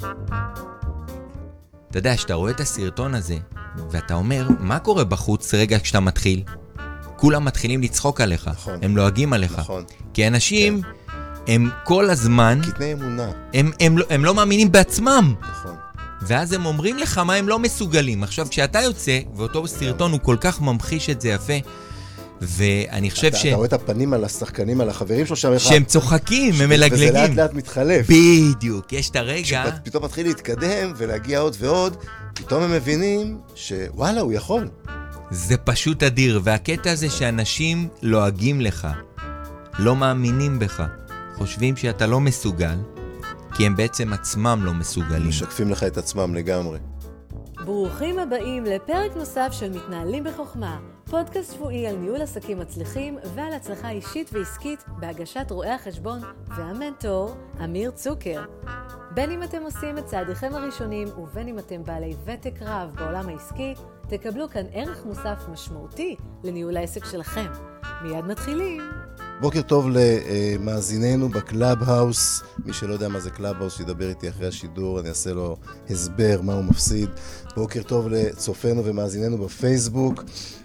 אתה יודע, שאתה רואה את הסרטון הזה, ואתה אומר, מה קורה בחוץ רגע כשאתה מתחיל? כולם מתחילים לצחוק עליך, נכון. הם לועגים עליך. נכון. כי אנשים, הם כל הזמן, קטני אמונה. הם לא מאמינים בעצמם. נכון. ואז הם אומרים לך מה הם לא מסוגלים. עכשיו, כשאתה יוצא, ואותו סרטון הוא כל כך ממחיש את זה יפה, ואני חושב אתה רואה את הפנים על השחקנים, על החברים שלו שם. שהם צוחקים, הם מלגלגים. וזה לאט לאט מתחלף. בדיוק, יש את הרגע. כשפתאום מתחיל להתקדם ולהגיע עוד ועוד, פתאום הם מבינים שוואלה, הוא יכול. זה פשוט אדיר, והקטע הזה שאנשים לועגים לך, לא מאמינים בך, חושבים שאתה לא מסוגל, כי הם בעצם עצמם לא מסוגלים. משקפים לך את עצמם לגמרי. ברוכים הבאים לפרק נוסף של מתנהלים בחוכמה, פודקאסט שבועי על ניהול עסקים מצליחים ועל הצלחה אישית ועסקית בהגשת רואי החשבון והמנטור אמיר צוקר. בין אם אתם עושים את צעדיכם הראשונים ובין אם אתם בעלי ותק רב בעולם העסקי, תקבלו כאן ערך מוסף משמעותי לניהול העסק שלכם. מיד מתחילים. בוקר טוב למאזיננו בקלאב האוס. מי שלא יודע מה זה קלאב האוס, שידבר איתי אחרי השידור, אני אעשה לו הסבר מה הוא מפסיד. בוקר טוב לצופינו ומאזיננו בפייסבוק.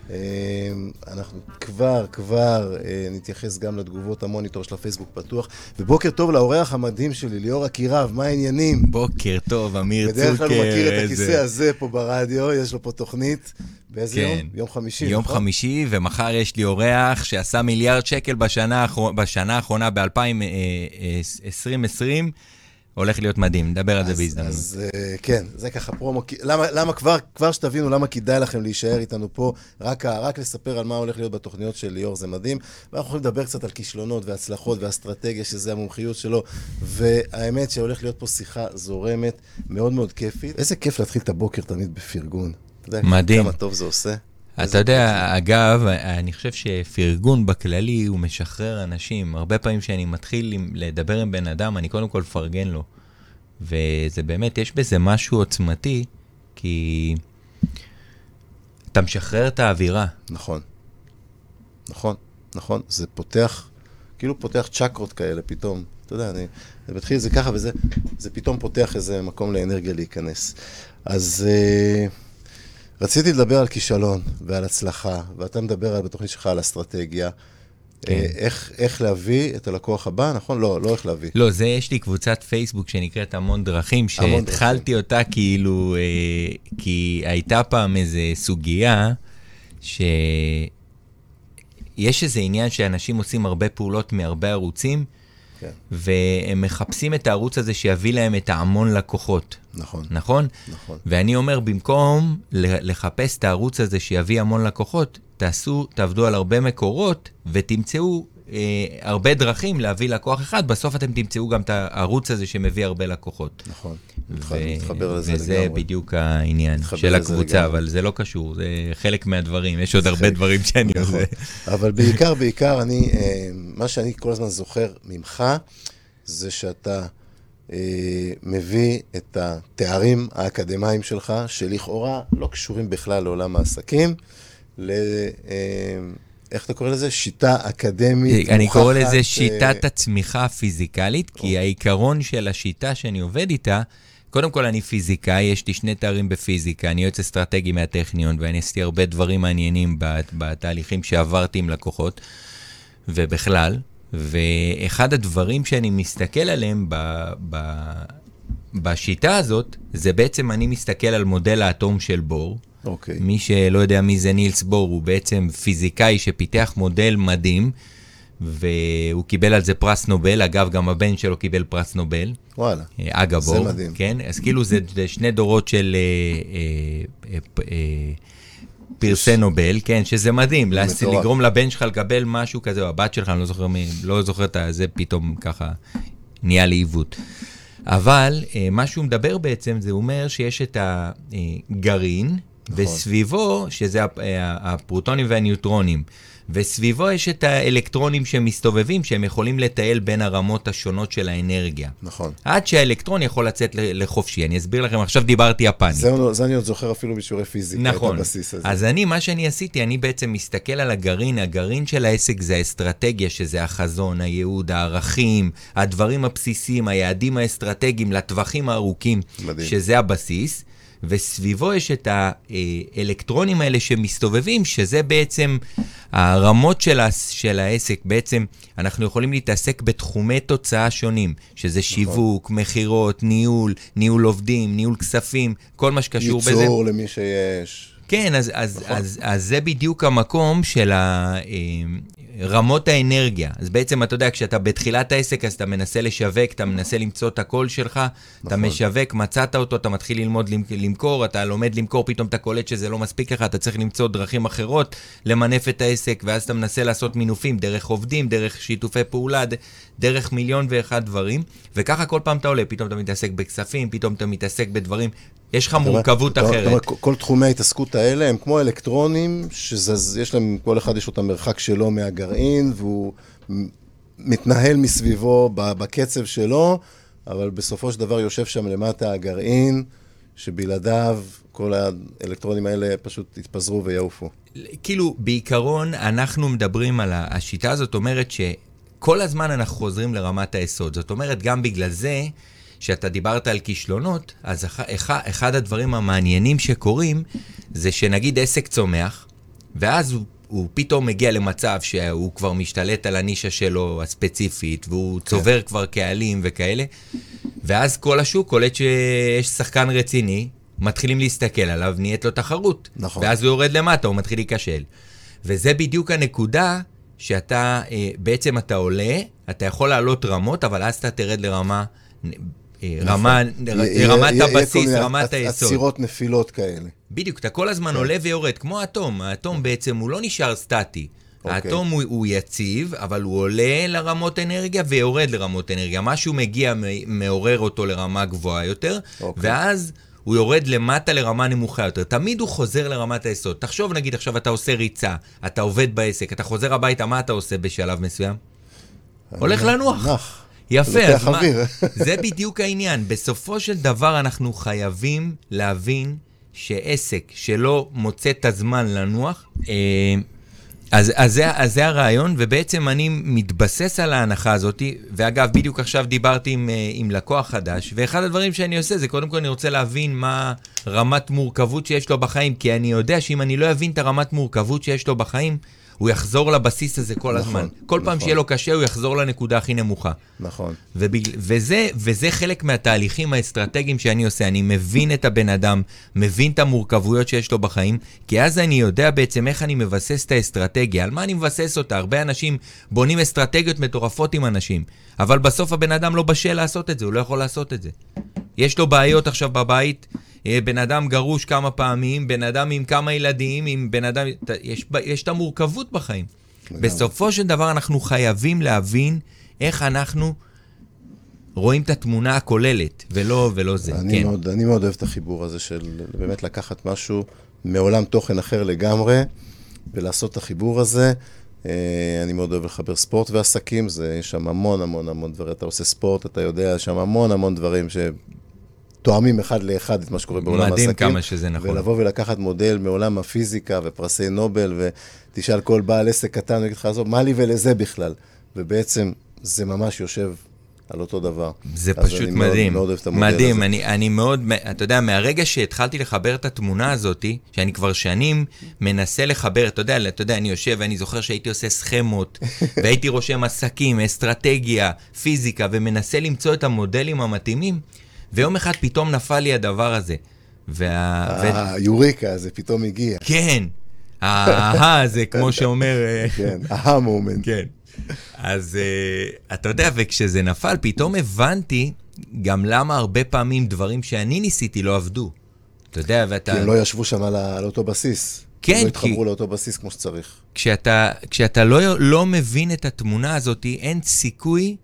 אנחנו כבר נתייחס גם לתגובות, המוניטור של הפייסבוק פתוח. ובוקר טוב לאורח המדהים שלי, ליאור אקירב, מה העניינים? בוקר טוב, אמיר צוקר. בדרך כלל הוא מכיר את הכיסא הזה פה ברדיו, יש לו פה תוכנית. באיזה יום? יום חמישי. יום חמישי, ומחר יש לי אורח שעשה מיליארד שקל בשנה האחרונה ב-2020, הולך להיות מדהים, נדבר על זה בהזדמנות. אז כן, זה ככה פרומו, למה כבר שתבינו למה כדאי לכם להישאר איתנו פה, רק לספר על מה הולך להיות בתוכניות של ליאור, זה מדהים, ואנחנו יכולים לדבר קצת על כישלונות והצלחות והאסטרטגיה, שזה המומחיות שלו, והאמת שהולך להיות פה שיחה זורמת, מאוד מאוד כיפית. איזה כיף להתחיל את הבוקר תמיד בפרגון. מדהים. כמה טוב זה עושה. אתה יודע, אגב, אני חושב שפרגון בכללי הוא משחרר אנשים. הרבה פעמים שאני מתחיל לדבר עם בן אדם, אני קודם כל פרגן לו. וזה באמת, יש בזה משהו עוצמתי, כי אתה משחרר את האווירה. נכון. זה פותח, כאילו פותח צ'קרות כאלה פתאום. אתה יודע, אני מתחיל את זה ככה, וזה פתאום פותח איזה מקום לאנרגיה להיכנס. אז רציתי לדבר על כישלון ועל הצלחה, ואתה מדבר בתוכנית שלך על אסטרטגיה. איך להביא את הלקוח הבא, נכון? לא איך להביא. לא, זה יש לי קבוצת פייסבוק שנקראת המון דרכים, שהתחלתי אותה כאילו, כי הייתה פעם איזו סוגיה, שיש איזה עניין שאנשים עושים הרבה פעולות מהרבה ערוצים, והם מחפשים את הערוץ הזה שיביא להם את ההמון לקוחות. נכון? ואני אומר, במקום לחפש את הערוץ הזה שיביא המון לקוחות, תעבדו על הרבה מקורות ותמצאו הרבה דרכים להביא לקוח אחד, בסוף אתם תמצאו גם את הערוץ הזה שמביא הרבה לקוחות. נכון, מתחבר לזה לגמרי. וזה בדיוק העניין של הקבוצה, אבל זה לא קשור, זה חלק מהדברים, יש עוד הרבה דברים שאני עושה. אבל בעיקר, מה שאני כל הזמן זוכר ממך, זה שאתה מביא את התארים האקדמיים שלך, שלכאורה לא קשורים בכלל לעולם העסקים, איך אתה קורא לזה? שיטה אקדמית. אני קורא לזה שיטת הצמיחה הפיזיקלית, כי העיקרון של השיטה שאני עובד איתה, קודם כל אני פיזיקאי, יש לי 2 תארים בפיזיקה, אני יועץ אסטרטגי מהטכניון, ואני עשיתי הרבה דברים מעניינים בתהליכים שעברתי עם לקוחות, ובכלל, ואחד הדברים שאני מסתכל עליהם בשיטה הזאת, זה בעצם אני מסתכל על מודל האטום של בור, מי שלא יודע מי זה נילס בור, הוא בעצם פיזיקאי שפיתח מודל מדהים, והוא קיבל על זה פרס נובל, אגב גם הבן שלו קיבל פרס נובל. וואלה, אגב זה מדהים. כן? אז כאילו זה 2 דורות של פרסי נובל, כן, שזה מדהים, לגרום לבן שלך לקבל משהו כזה, או הבת שלך, אני לא זוכר את זה, פתאום ככה נהיה לי עיוות. אבל מה שהוא מדבר בעצם, זה אומר שיש את הגרעין, וסביבו, שזה הפרוטונים והניוטרונים, וסביבו יש את האלקטרונים שמסתובבים, שהם יכולים לטייל בין הרמות השונות של האנרגיה. נכון. עד שהאלקטרון יכול לצאת לחופשי. אני אסביר לכם, עכשיו דיברתי יפנית. זה אני עוד זוכר אפילו בשיעורי פיזיקה, נכון. את הבסיס הזה. אז מה שאני עשיתי, אני בעצם מסתכל על הגרעין. הגרעין של העסק זה האסטרטגיה, שזה החזון, הייעוד, הערכים, הדברים הבסיסיים, היעדים האסטרטגיים, לטווחים הארוכים, מדהים. שזה הבסיס. וסביבו יש את האלקטרונים האלה שמסתובבים, שזה בעצם הרמות של העסק. בעצם אנחנו יכולים להתעסק בתחומי תוצאה שונים, שזה שיווק, מחירות, ניהול עובדים, ניהול כספים, כל מה שקשור בזה. ייצור למי שיש. כן, אז זה בדיוק המקום של רמות האנרגיה. אז בעצם אתה יודע, כשאתה בתחילת העסק, אז אתה מנסה לשווק, אתה מנסה למצוא את הקול שלך, אתה משווק, מצאת אותו, אתה מתחיל ללמוד למכור, אתה לומד למכור, פתאום אתה קולט שזה לא מספיק לך, אתה צריך למצוא דרכים אחרות, למנף את העסק, ואז אתה מנסה לעשות מינופים, דרך עובדים, דרך שיתופי פעולה, דרך 1,000,001 דברים, וככה כל פעם אתה עולה, פתאום אתה מתעסק בכספים, פתאום אתה מתעסק בדברים, יש לך מורכבות אחרת. כל תחומי ההתעסקות האלה הם כמו אלקטרונים, שיש להם, כל אחד יש לו את המרחק שלו מהגרעין, והוא מתנהל מסביבו בקצב שלו, אבל בסופו של דבר יושב שם למטה הגרעין, שבלעדיו כל האלקטרונים האלה פשוט יתפזרו ויעופו. כאילו, בעיקרון, אנחנו מדברים על השיטה הזאת, אומרת שכל הזמן אנחנו חוזרים לרמת היסוד. זאת אומרת, גם בגלל זה, שאתה דיברת על כישלונות, אז אחד הדברים המעניינים שקורים, זה שנגיד עסק צומח, ואז הוא פתאום מגיע למצב שהוא כבר משתלט על הנישה שלו הספציפית, והוא צובר כבר קהלים וכאלה, ואז כל השוק קולט שיש שחקן רציני, מתחילים להסתכל עליו, נהיית לו תחרות. נכון. ואז הוא יורד למטה, הוא מתחיל להיכשל. וזה בדיוק הנקודה שאתה, בעצם אתה עולה, אתה יכול לעלות רמות, אבל אז אתה תרד לרמה... רמת הבסיס, רמת היסוד. עצירות נפילות כאלה. בדיוק, אתה כל הזמן עולה ויורד, כמו האטום. האטום בעצם הוא לא נשאר סטטי. האטום הוא יציב, אבל הוא עולה לרמות אנרגיה ויורד לרמות אנרגיה. משהו מגיע, מעורר אותו לרמה גבוהה יותר, ואז הוא יורד למטה לרמה נמוכה יותר. תמיד הוא חוזר לרמת היסוד. תחשוב, נגיד, עכשיו אתה עושה ריצה, אתה עובד בעסק, אתה חוזר הביתה, מה אתה עושה בשלב מסוים? הולך לנוח. יפה, אז מה, זה בדיוק העניין. בסופו של דבר אנחנו חייבים להבין שעסק שלא מוצא את הזמן לנוח, אז זה הרעיון, ובעצם אני מתבסס על ההנחה הזאת, ואגב, בדיוק עכשיו דיברתי עם לקוח חדש, ואחד הדברים שאני עושה זה, קודם כל אני רוצה להבין מה רמת מורכבות שיש לו בחיים, כי אני יודע שאם אני לא אבין את הרמת מורכבות שיש לו בחיים, הוא יחזור לבסיס הזה כל הזמן. כל פעם שיהיה לו קשה, הוא יחזור לנקודה הכי נמוכה. נכון. וזה חלק מהתהליכים האסטרטגיים שאני עושה. אני מבין את הבן אדם, מבין את המורכבויות שיש לו בחיים, כי אז אני יודע בעצם איך אני מבסס את האסטרטגיה. על מה אני מבסס אותה? הרבה אנשים בונים אסטרטגיות מטורפות עם אנשים, אבל בסוף הבן אדם לא בשל לעשות את זה, הוא לא יכול לעשות את זה. יש לו בעיות עכשיו בבית, בן אדם גרוש כמה פעמים, בן אדם עם כמה ילדים, עם בן אדם, יש את המורכבות בחיים. בסופו של דבר אנחנו חייבים להבין איך אנחנו רואים את התמונה הכוללת, ולא זה. אני מאוד אוהב את החיבור הזה של באמת לקחת משהו מעולם תוכן אחר לגמרי, ולעשות את החיבור הזה. אני מאוד אוהב לחבר ספורט ועסקים, יש שם המון דברים. אתה עושה ספורט, אתה יודע, יש שם המון דברים תואמים אחד לאחד את מה שקורה בעולם העסקים. מדהים כמה שזה נכון. ולבוא ולקחת מודל מעולם הפיזיקה ופרסי נובל, ותשאל כל בעל עסק קטן, ויגיד לך, מה לי ולזה בכלל? ובעצם זה ממש יושב על אותו דבר. זה פשוט מדהים. מאוד אוהב את המודל הזה. מדהים, אני מאוד, אתה יודע, מהרגע שהתחלתי לחבר את התמונה הזאת, שאני כבר שנים מנסה לחבר, אתה יודע, אני יושב ואני זוכר שהייתי עושה סכמות, והייתי רושם עסקים, אסטרטגיה, פיזיקה, ומנסה למצוא את המודלים המתאימים, ויום אחד פתאום נפל לי הדבר הזה. יוריקה, זה פתאום הגיע. כן. זה כמו שאומר... כן, המומנט. כן. אז אתה יודע, וכשזה נפל, פתאום הבנתי גם למה הרבה פעמים דברים שאני ניסיתי לא עבדו. אתה יודע, ואתה... כי הם לא ישבו שם על אותו בסיס. כן, לא התחברו לאותו בסיס כמו שצריך. כשאתה לא מבין את התמונה הזאת, אין סיכוי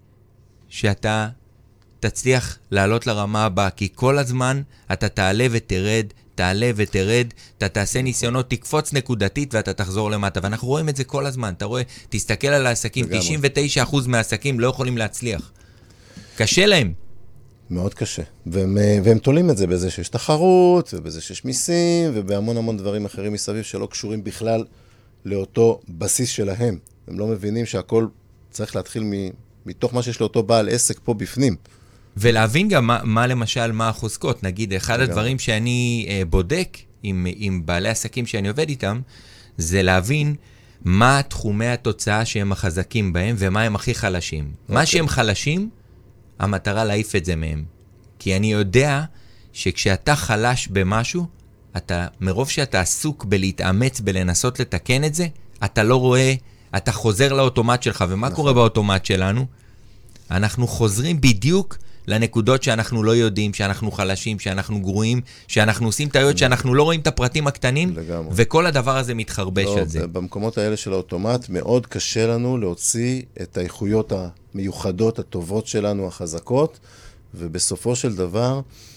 שאתה תצליח לעלות לרמה הבאה, כי כל הזמן אתה תעלה ותרד, תעלה ותרד, אתה תעשה ניסיונות, תקפוץ נקודתית ואתה תחזור למטה. ואנחנו רואים את זה כל הזמן. אתה רואה, תסתכל על העסקים, 99% מהעסקים לא יכולים להצליח. קשה להם. מאוד קשה. והם תולים את זה בזה שיש תחרות, ובזה שיש מיסים, ובהמון המון דברים אחרים מסביב שלא קשורים בכלל לאותו בסיס שלהם. הם לא מבינים שהכל צריך להתחיל מתוך מה שיש לאותו בעל עסק פה בפנים. ולהבין גם מה למשל, מה החוזקות. נגיד, אחד הדברים שאני בודק עם בעלי עסקים שאני עובד איתם, זה להבין מה תחומי התוצאה שהם החזקים בהם, ומה הם הכי חלשים. מה שהם חלשים, המטרה להעיף את זה מהם. כי אני יודע שכשאתה חלש במשהו, מרוב שאתה עסוק בלהתאמץ, בלנסות לתקן את זה, אתה לא רואה, אתה חוזר לאוטומט שלך. ומה קורה באוטומט שלנו? אנחנו חוזרים בדיוק לנקודות שאנחנו לא יודעים, שאנחנו חלשים, שאנחנו גרועים, שאנחנו עושים טעויות, שאנחנו לא רואים את הפרטים הקטנים, וכל הדבר הזה מתחרבש על זה. במקומות האלה של האוטומט, מאוד קשה לנו להוציא את האיכויות המיוחדות, הטובות שלנו, החזקות, ובסופו של דבר,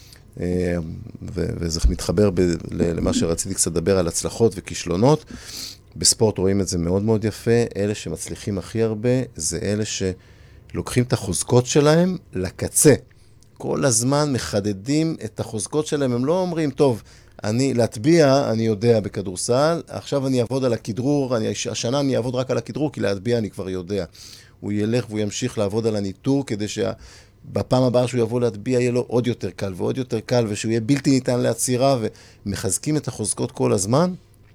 וזה מתחבר למה שרציתי קצת לדבר על הצלחות וכישלונות, בספורט רואים את זה מאוד מאוד יפה, אלה שמצליחים הכי הרבה, זה אלה לוקחים את החוזקות שלהם לקצה. כל הזמן מחדדים את החוזקות שלהם. הם לא אומרים, טוב, להטביע אני יודע בכדורסל, עכשיו אני אעבוד על הכדרור, השנה אני אעבוד רק על הכדרור, כי להטביע אני כבר יודע. הוא ילך והוא ימשיך לעבוד על הניטור, כדי שבפעם הבאה שהוא יבוא להטביע, יהיה לו עוד יותר קל ועוד יותר קל, ושהוא יהיה בלתי ניתן לעצירה, ומחזקים את החוזקות כל הזמן,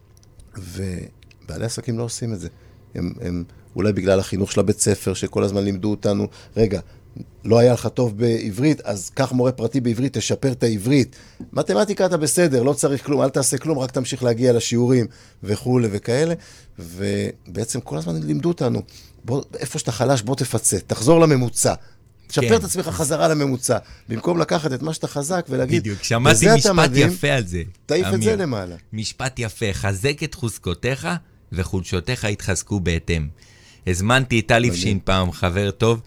ובעלי עסקים לא עושים את זה. הם אולי בגלל החינוך של הבית ספר, שכל הזמן לימדו אותנו, רגע, לא היה לך טוב בעברית, אז קח מורה פרטי בעברית, תשפר את העברית. מתמטיקה אתה בסדר, לא צריך כלום, אל תעשה כלום, רק תמשיך להגיע לשיעורים וכו' וכאלה. ובעצם כל הזמן לימדו אותנו, איפה שאתה חלש, בוא תפצה, תחזור לממוצע. תשפר את עצמך חזרה לממוצע. במקום לקחת את מה שאתה חזק ולהגיד, בדיוק, שמעתי משפט יפה על זה. תעיף את זה למעלה. משפט יפה, חזק את חוזקותיך וחולשותיך יתחזקו בהתאם. הזמנתי את טלי פשין פעם, חבר טוב,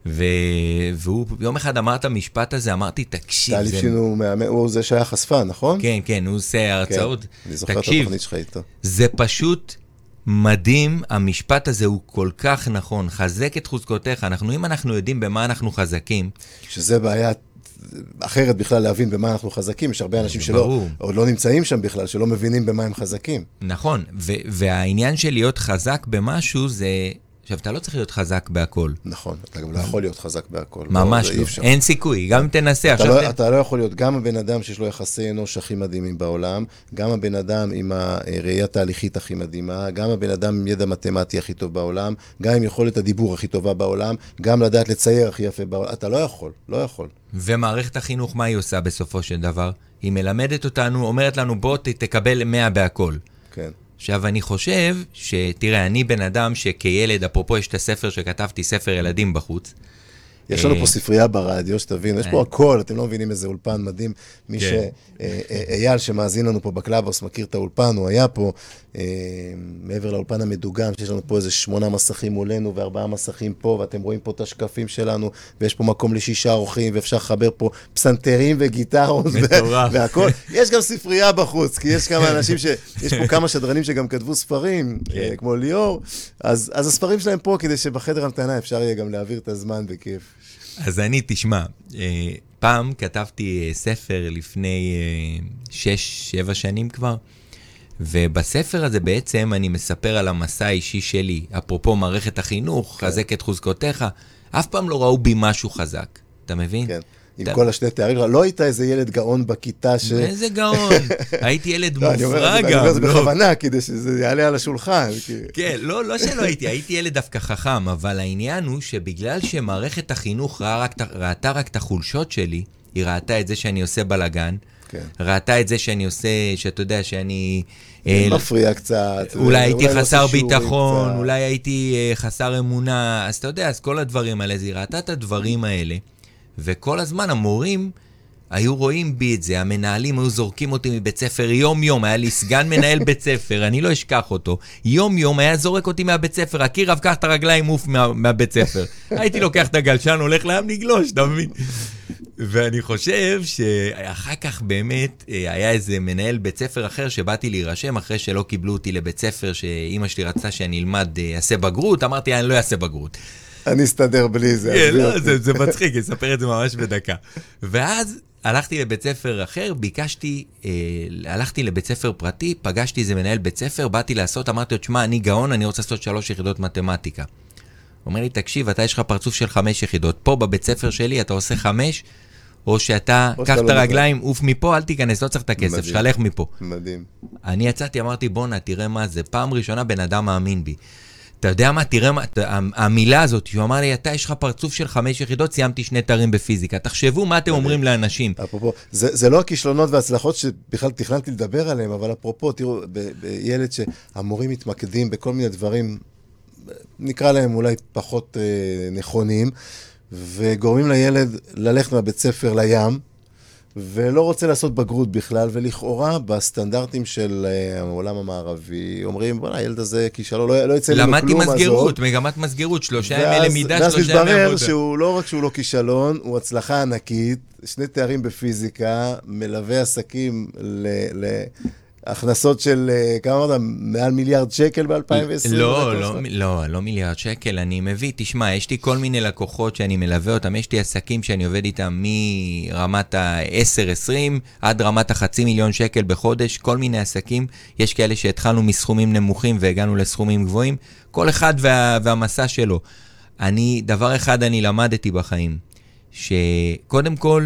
והוא יום אחד אמר את המשפט הזה, אמרתי, תקשיב. טלי פשין הוא זה שהיה חשפה, נכון? כן, כן, הוא עושה הרצאות. אני זוכר את התוכנית שלך איתו. זה פשוט מדהים, המשפט הזה הוא כל כך נכון, חזק את חוזקותיך. אם אנחנו יודעים במה אנחנו חזקים. שזה בעיה אחרת בכלל להבין במה אנחנו חזקים, יש הרבה אנשים שלא, עוד לא נמצאים שם בכלל, שלא מבינים במה הם חזקים. נכון, והעניין של להיות חזק במשהו זה, עכשיו אתה לא צריך להיות חזק בהכל. נכון, אתה גם לא יכול להיות חזק בהכל. ממש לא, אין סיכוי, גם אם תנסה. אתה לא יכול להיות גם הבן אדם שיש לו יחסי אנוש הכי מדהימים בעולם, גם הבן אדם עם הראייה התהליכית הכי מדהימה, גם הבן אדם עם ידע מתמטי הכי טוב בעולם, גם עם יכולת הדיבור הכי טובה בעולם, גם לדעת לצייר הכי יפה בעולם. אתה לא יכול, לא יכול. ומערכת החינוך, מה היא עושה בסופו של דבר? היא מלמדת אותנו, אומרת לנו, בוא תקבל 100 בהכל. כן. עכשיו, אני חושב שתראה, אני בן אדם שכילד, אפרופו יש את הספר שכתבתי, ספר ילדים בחוץ. יש לנו פה ספרייה ברדיו, שתבין, יש פה הכל, אתם לא מבינים איזה אולפן מדהים. מי שאייל שמאזין לנו פה בקלאבהאוס מכיר את האולפן, הוא היה פה, מעבר לאולפן המדוגם, שיש לנו פה איזה 8 מסכים מולנו ו4 מסכים פה, ואתם רואים פה את השקפים שלנו, ויש פה מקום ל6 אורחים, ואפשר לחבר פה פסנתרים וגיטרות והכל. יש גם ספרייה בחוץ, כי יש כמה אנשים יש פה כמה שדרנים שגם כתבו ספרים, כמו ליאור, אז הספרים שלהם פה, כדי שבחדר המתנה אפשר יהיה גם להעביר את הזמן בכיף. אז אני, תשמע, פעם כתבתי ספר לפני 6-7 שנים כבר, ובספר הזה בעצם אני מספר על המסע האישי שלי, אפרופו מערכת החינוך, חזק את חוזקותיך, אף פעם לא ראו בי משהו חזק, אתה מבין? כן. עם כל השני תארים שלך, לא היית איזה ילד גאון בכיתה ש... איזה גאון? הייתי ילד מופרע גם. אני אומר את זה בכוונה, כדי שזה יעלה על השולחן. כן, לא שלא הייתי ילד דווקא חכם, אבל העניין הוא שבגלל שמערכת החינוך ראתה רק את החולשות שלי, היא ראתה את זה שאני עושה בלגן, ראתה את זה שאני עושה, שאתה יודע שאני... מפריע קצת. אולי הייתי חסר ביטחון, אולי הייתי חסר אמונה, אז אתה יודע, אז כל הדברים האלה, היא ראתה את הדברים האלה, וכל הזמן המורים היו רואים בי את זה, המנהלים היו זורקים אותי מבית ספר יום-יום, היה לי סגן מנהל בית ספר, אני לא אשכח אותו, יום-יום היה זורק אותי מהבית ספר, הקיר קח את הרגליים מוף מהבית ספר, הייתי לוקח את הגלשן, הולך לים נגלוש, אתה מבין? ואני חושב שאחר כך באמת היה איזה מנהל בית ספר אחר שבאתי להירשם, אחרי שלא קיבלו אותי לבית ספר שאמא שלי רצתה שאני אלמד, אעשה בגרות, אמרתי, אני לא אעשה בגרות. אני אסתדר בלי זה. לא, זה מצחיק, אספר את זה ממש בדקה. ואז הלכתי לבית ספר אחר, הלכתי לבית ספר פרטי, פגשתי איזה מנהל בית ספר, באתי לעשות, אמרתי לו, תשמע, אני גאון, אני רוצה לעשות 3 יחידות מתמטיקה. הוא אומר לי, תקשיב, אתה יש לך פרצוף של 5 יחידות. פה בבית ספר שלי אתה עושה 5, או שאתה, קח את הרגליים, עוף מפה, אל תיכנס, לא צריך את הכסף, שלך מפה. מדהים. אני יצאתי, אמרתי, בונה, תראה מה זה. פעם ראשונה בן אדם מאמין בי. אתה יודע מה, תראה מה, המילה הזאת, שהוא אמר לי, אתה יש לך פרצוף של 5 יחידות, סיימתי 2 תארים בפיזיקה. תחשבו מה אתם אומרים לאנשים. אפרופו, זה לא הכישלונות וההצלחות שבכלל תכננתי לדבר עליהם, אבל אפרופו, תראו, בילד שהמורים מתמקדים בכל מיני דברים, נקרא להם אולי פחות נכונים, וגורמים לילד ללכת מהבית ספר לים, ולא רוצה לעשות בגרות בכלל, ולכאורה בסטנדרטים של העולם המערבי, אומרים, בוא'נה, הילד הזה כישלון, לא יצא לנו כלום. למדתי מסגרות, מגמת מסגרות, 3 ימי למידה, 3 ימי עבודה. ואז מתברר שהוא לא רק שהוא לא כישלון, הוא הצלחה ענקית, 2 תארים בפיזיקה, מלווה עסקים הכנסות של, כמה אמרת, מעל מיליארד שקל ב-2020? לא מיליארד שקל, אני מביא, תשמע, יש לי כל מיני לקוחות שאני מלווה אותם, יש לי עסקים שאני עובד איתם מרמת ה-10-20 עד רמת ה500,000 שקל בחודש, כל מיני עסקים, יש כאלה שהתחלנו מסכומים נמוכים והגענו לסכומים גבוהים, כל אחד והמסע שלו. דבר אחד אני למדתי בחיים, שקודם כל,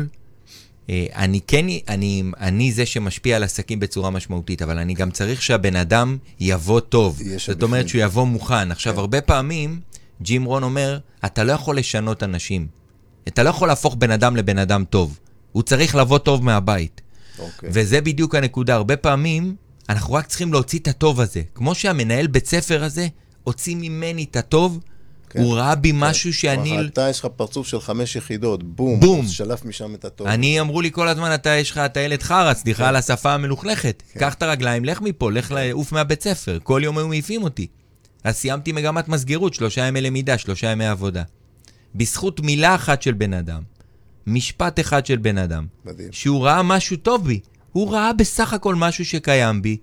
אני זה שמשפיע על עסקים בצורה משמעותית, אבל אני גם צריך שהבן אדם יבוא טוב. זאת אומרת שהוא יבוא מוכן. עכשיו, הרבה פעמים, ג'ים רון אומר, אתה לא יכול לשנות אנשים. אתה לא יכול להפוך בן אדם לבן אדם טוב. הוא צריך לבוא טוב מהבית. וזה בדיוק הנקודה. הרבה פעמים, אנחנו רק צריכים להוציא את הטוב הזה. כמו שהמנהל בית ספר הזה, הוציא ממני את הטוב, הוא ראה בי משהו שאני... אתה יש לך פרצוף של 5 יחידות, בום, שלף משם את הטוב. אמרו לי כל הזמן, אתה ילד חרץ, סליחה על השפה המלוכלכת. קח את הרגליים, לך מפה, לך לעוף מהבית ספר. כל יום היו מעיפים אותי. אז סיימתי מגמת מסגרות, 3 ימי למידה, 3 ימי עבודה. בזכות מילה אחת של בן אדם, משפט אחד של בן אדם, שהוא ראה משהו טוב בי. הוא ראה בסך הכל משהו שקיים בי,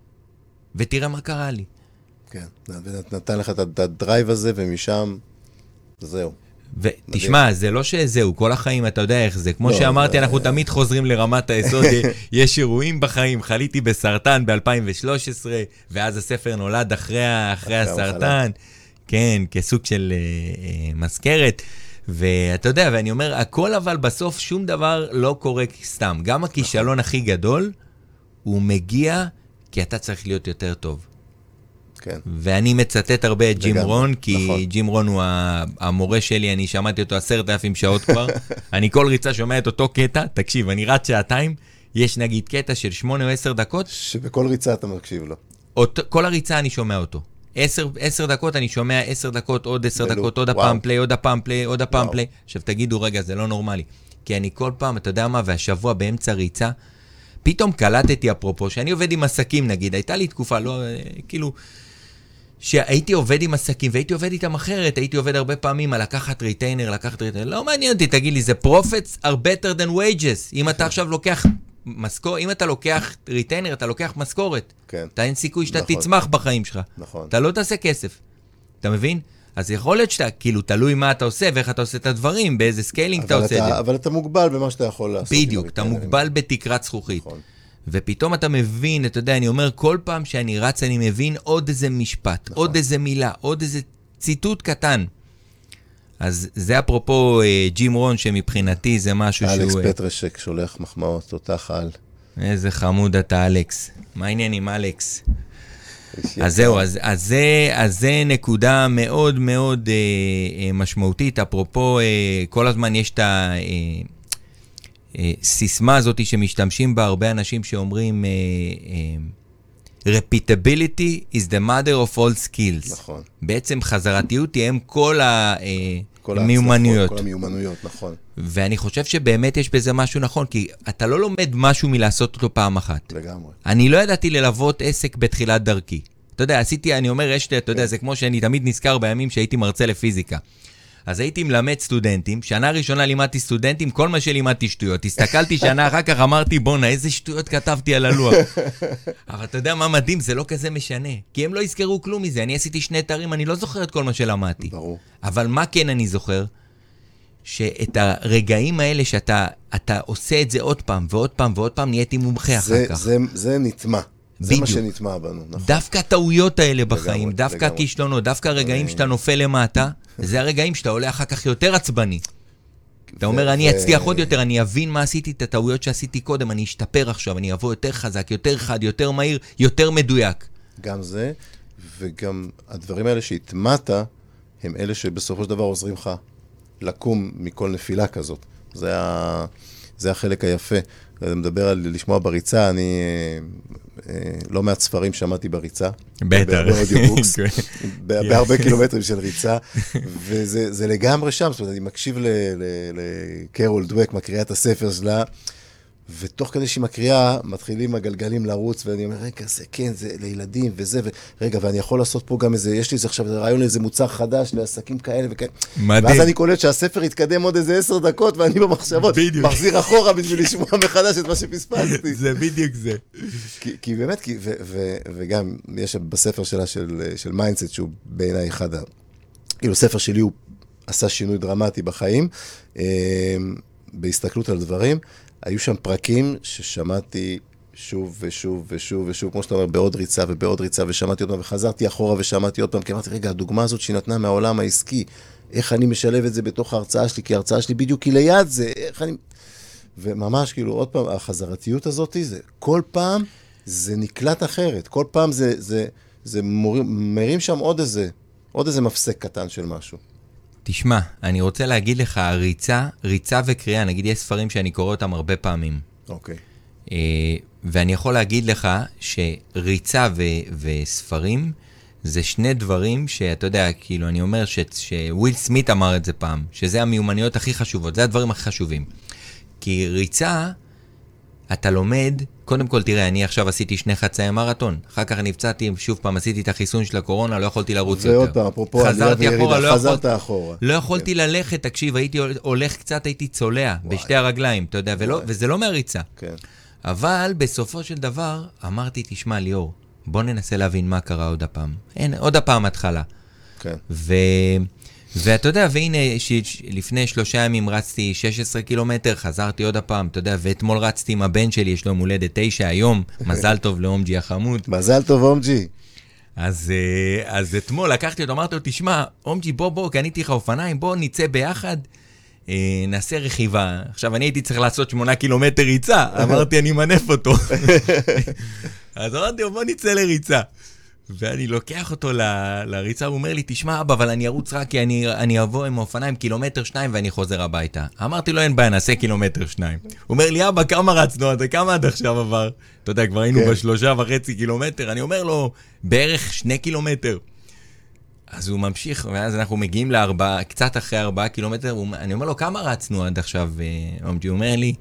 ותראה מה קרה לי. כן, ונתן לך את הדרייב הזה, ומשם, זהו. ותשמע, זה לא שזהו, כל החיים, אתה יודע איך זה. כמו שאמרתי, אנחנו תמיד חוזרים לרמת היסוד, יש אירועים בחיים, חליתי בסרטן ב-2013, ואז הספר נולד אחרי הסרטן, כן, כסוג של מזכרת, ואתה יודע, ואני אומר, הכל אבל בסוף שום דבר לא קורה סתם. גם הכישלון הכי גדול, הוא מגיע כי אתה צריך להיות יותר טוב. כן. ואני מצטט הרבה את ג'ים רון, כי ג'ים רון הוא המורה שלי, אני שמעתי אותו 10,000 שעות כבר, אני כל ריצה שומע את אותו קטע, תקשיב, אני רץ 2 שעתיים, יש נגיד קטע של 8 או 10 דקות. שבכל ריצה אתה מקשיב לו. כל הריצה אני שומע אותו. 10 דקות אני שומע 10 דקות, עוד 10 דקות, עוד הפעם פליי, עוד הפעם פליי, עוד הפעם פליי. עכשיו תגידו, רגע, זה לא נורמלי. כי אני כל פעם, אתה יודע מה, והשבוע באמצע ריצה, פתאום קלטתי אפרופו, שאני עובד עם עסקים נגיד, הייתה לי תקופה, לא, כאילו, שהייתי עובד עם עסקים, והייתי עובד איתם אחרת, הייתי עובד הרבה פעמים על לקחת ריטיינר, לא מעניין אותי, תגיד לי, זה profits are better than wages. אם אתה עכשיו לוקח אם אתה לוקח ריטיינר, אתה לוקח משכורת. כן. אתה אין סיכוי שאתה תצמח בחיים שלך. נכון. אתה לא תעשה כסף. אתה מבין? אז יכול להיות שאתה, כאילו, תלוי מה אתה עושה, ואיך אתה עושה את הדברים, באיזה סקיילינג אתה עושה את זה. אבל אתה מוגבל במה שאתה יכול לעשות. בדיוק, אתה מוגבל בתקרת זכוכית. נכון. ופתאום אתה מבין, אתה יודע, אני אומר, כל פעם שאני רץ, אני מבין עוד איזה משפט, נכון. עוד איזה מילה, עוד איזה ציטוט קטן. אז זה אפרופו ג'ים רון, שמבחינתי זה משהו שהוא... אלכס פטרשק שולח מחמאות, תותח על. איזה חמוד אתה, אלכס. מה העניין עם אלכס? אז זהו, אז זה נקודה מאוד מאוד משמעותית. אפרופו, כל הזמן יש את הסיסמה הזאת שמשתמשים בה הרבה אנשים שאומרים, repeatability is the mother of all skills. נכון. בעצם חזרתיות היא הם כל המיומנויות. כל המיומנויות, נכון. ואני חושב שבאמת יש בזה משהו נכון, כי אתה לא לומד משהו מלעשות אותו פעם אחת. לגמרי. אני לא ידעתי ללוות עסק בתחילת דרכי. אתה יודע, אני אומר, אתה יודע, זה כמו שאני תמיד נזכר בימים שהייתי מרצה לפיזיקה. אז הייתי מלמד סטודנטים, שנה ראשונה לימדתי סטודנטים, כל מה שלימדתי שטויות. הסתכלתי שנה אחר כך, אמרתי, בונה, איזה שטויות כתבתי על הלוח. אבל אתה יודע מה מדהים, זה לא כזה משנה. כי הם לא יזכרו כלום מזה. אני עשיתי 2 תארים, אני לא זוכר את כל מה שלמדתי. ברור. אבל מה כן אני זוכר? שאת הרגעים האלה שאתה עושה את זה עוד פעם ועוד פעם ועוד פעם, נהייתי מומחה אחר כך. זה נטמע. זה מה שנטמע בנו, נכון. דווקא הטעויות האלה בחיים, דווקא הכישלונות, דווקא הרגעים שאתה נופל למטה, זה הרגעים שאתה עולה אחר כך יותר עצבני. אתה אומר, אני אצליח עוד יותר, אני אבין מה עשיתי, את הטעויות שעשיתי קודם, אני אשתפר עכשיו, אני אבוא יותר חזק, יותר חד, יותר מהיר, יותר מדויק. גם זה, וגם הדברים האלה שהטמעת, הם אלה שבסופו של דבר עוזרים לך לקום מכל נפילה כזאת. זה החלק היפה. אני מדבר על לשמוע בריצה, אני לא מעט ספרים שמעתי בריצה. בטח. באודיובוקס, בהרבה קילומטרים של ריצה, וזה לגמרי שם. זאת אומרת, אני מקשיב לקרול דווק, מקריאה את הספר שלה, ותוך כדי שהיא מקריאה, מתחילים הגלגלים לרוץ, ואני אומר, רגע, זה כן, זה לילדים וזה, רגע, ואני יכול לעשות פה גם איזה, יש לי עכשיו רעיון לאיזה מוצר חדש, לעסקים כאלה וכאלה. מדהים. ואז אני קולט שהספר יתקדם עוד איזה 10 דקות, ואני במחשבות, מחזיר אחורה בשביל לשמוע מחדש את מה שפספסתי. זה בדיוק זה. כי באמת, וגם יש בספר שלה של מיינדסט, שהוא בעיניי אחד, כאילו ספר שלי הוא עשה שינוי דרמטי בחיים, בהסתכלות על דברים, היו שם פרקים ששמעתי שוב ושוב ושוב ושוב, כמו שאתה אומר, בעוד ריצה ובעוד ריצה, ושמעתי עוד פעם, וחזרתי אחורה ושמעתי עוד פעם, כי אמרתי, רגע, הדוגמה הזאת שהיא נתנה מהעולם העסקי, איך אני משלב את זה בתוך ההרצאה שלי, כי ההרצאה שלי בדיוק היא ליד זה, איך אני... וממש, כאילו, עוד פעם, החזרתיות הזאת, זה כל פעם זה נקלט אחרת, כל פעם זה מרים שם עוד איזה מפסק קטן של משהו. תשמע, אני רוצה להגיד לך, ריצה וקריאה, נגיד יש ספרים שאני קורא אותם הרבה פעמים. אוקיי. ואני יכול להגיד לך שריצה וספרים, זה 2 דברים שאתה יודע, כאילו אני אומר שוויל סמית אמר את זה פעם, שזה המיומנויות הכי חשובות, זה הדברים הכי חשובים. כי ריצה, אתה לומד, קודם כל תראה, אני עכשיו עשיתי 2 חצאי מרתון, אחר כך נפצעתי, שוב פעם עשיתי את החיסון של הקורונה, לא יכולתי לרוץ יותר. ועוד פעם, אפרופו עלייה וירידה, חזרת אחורה. לא יכולתי ללכת, תקשיב, הייתי הולך קצת, הייתי צולע בשתי הרגליים, אתה יודע, וזה לא מהריצה. כן. אבל בסופו של דבר, אמרתי, תשמע ליאור, בוא ננסה להבין מה קרה עוד הפעם. אין, עוד הפעם התחלה. כן. ואתה יודע, והנה, לפני 3 ימים רצתי 16 קילומטר, חזרתי עוד הפעם, אתה יודע, ואתמול רצתי עם הבן שלי, יש לו מולדת 9 היום, מזל טוב לאומג'י החמוד. מזל טוב אומג'י. אז אתמול לקחתי אותו, אמרתי לו, תשמע, אומג'י, בוא, קניתי לך אופניים, בוא נצא ביחד, נעשה רכיבה. עכשיו, אני הייתי צריך לעשות 8 קילומטר ריצה, אמרתי, אני מנף אותו. אז אמרתי לו, בוא נצא לריצה. ואני לוקח אותו לריצה, הוא אומר לי, תשמע אבא, אבל אני ארוץ רק כי אני אבוא עם האופניים 1-2 קילומטר ואני חוזר הביתה. אמרתי לו, אין בעיה, נעשה 1-2 קילומטר. הוא אומר לי, אבא, כמה רצנו? כמה עד עכשיו עבר? אתה יודע, כבר היינו ב3.5 קילומטר. אני אומר לו, בערך 2 קילומטר. אז הוא ממשיך, ואז אנחנו מגיעים קצת אחרי 4 קילומטר, אני אומר לו, כמה רצנו עד עכשיו? הוא אומר לי,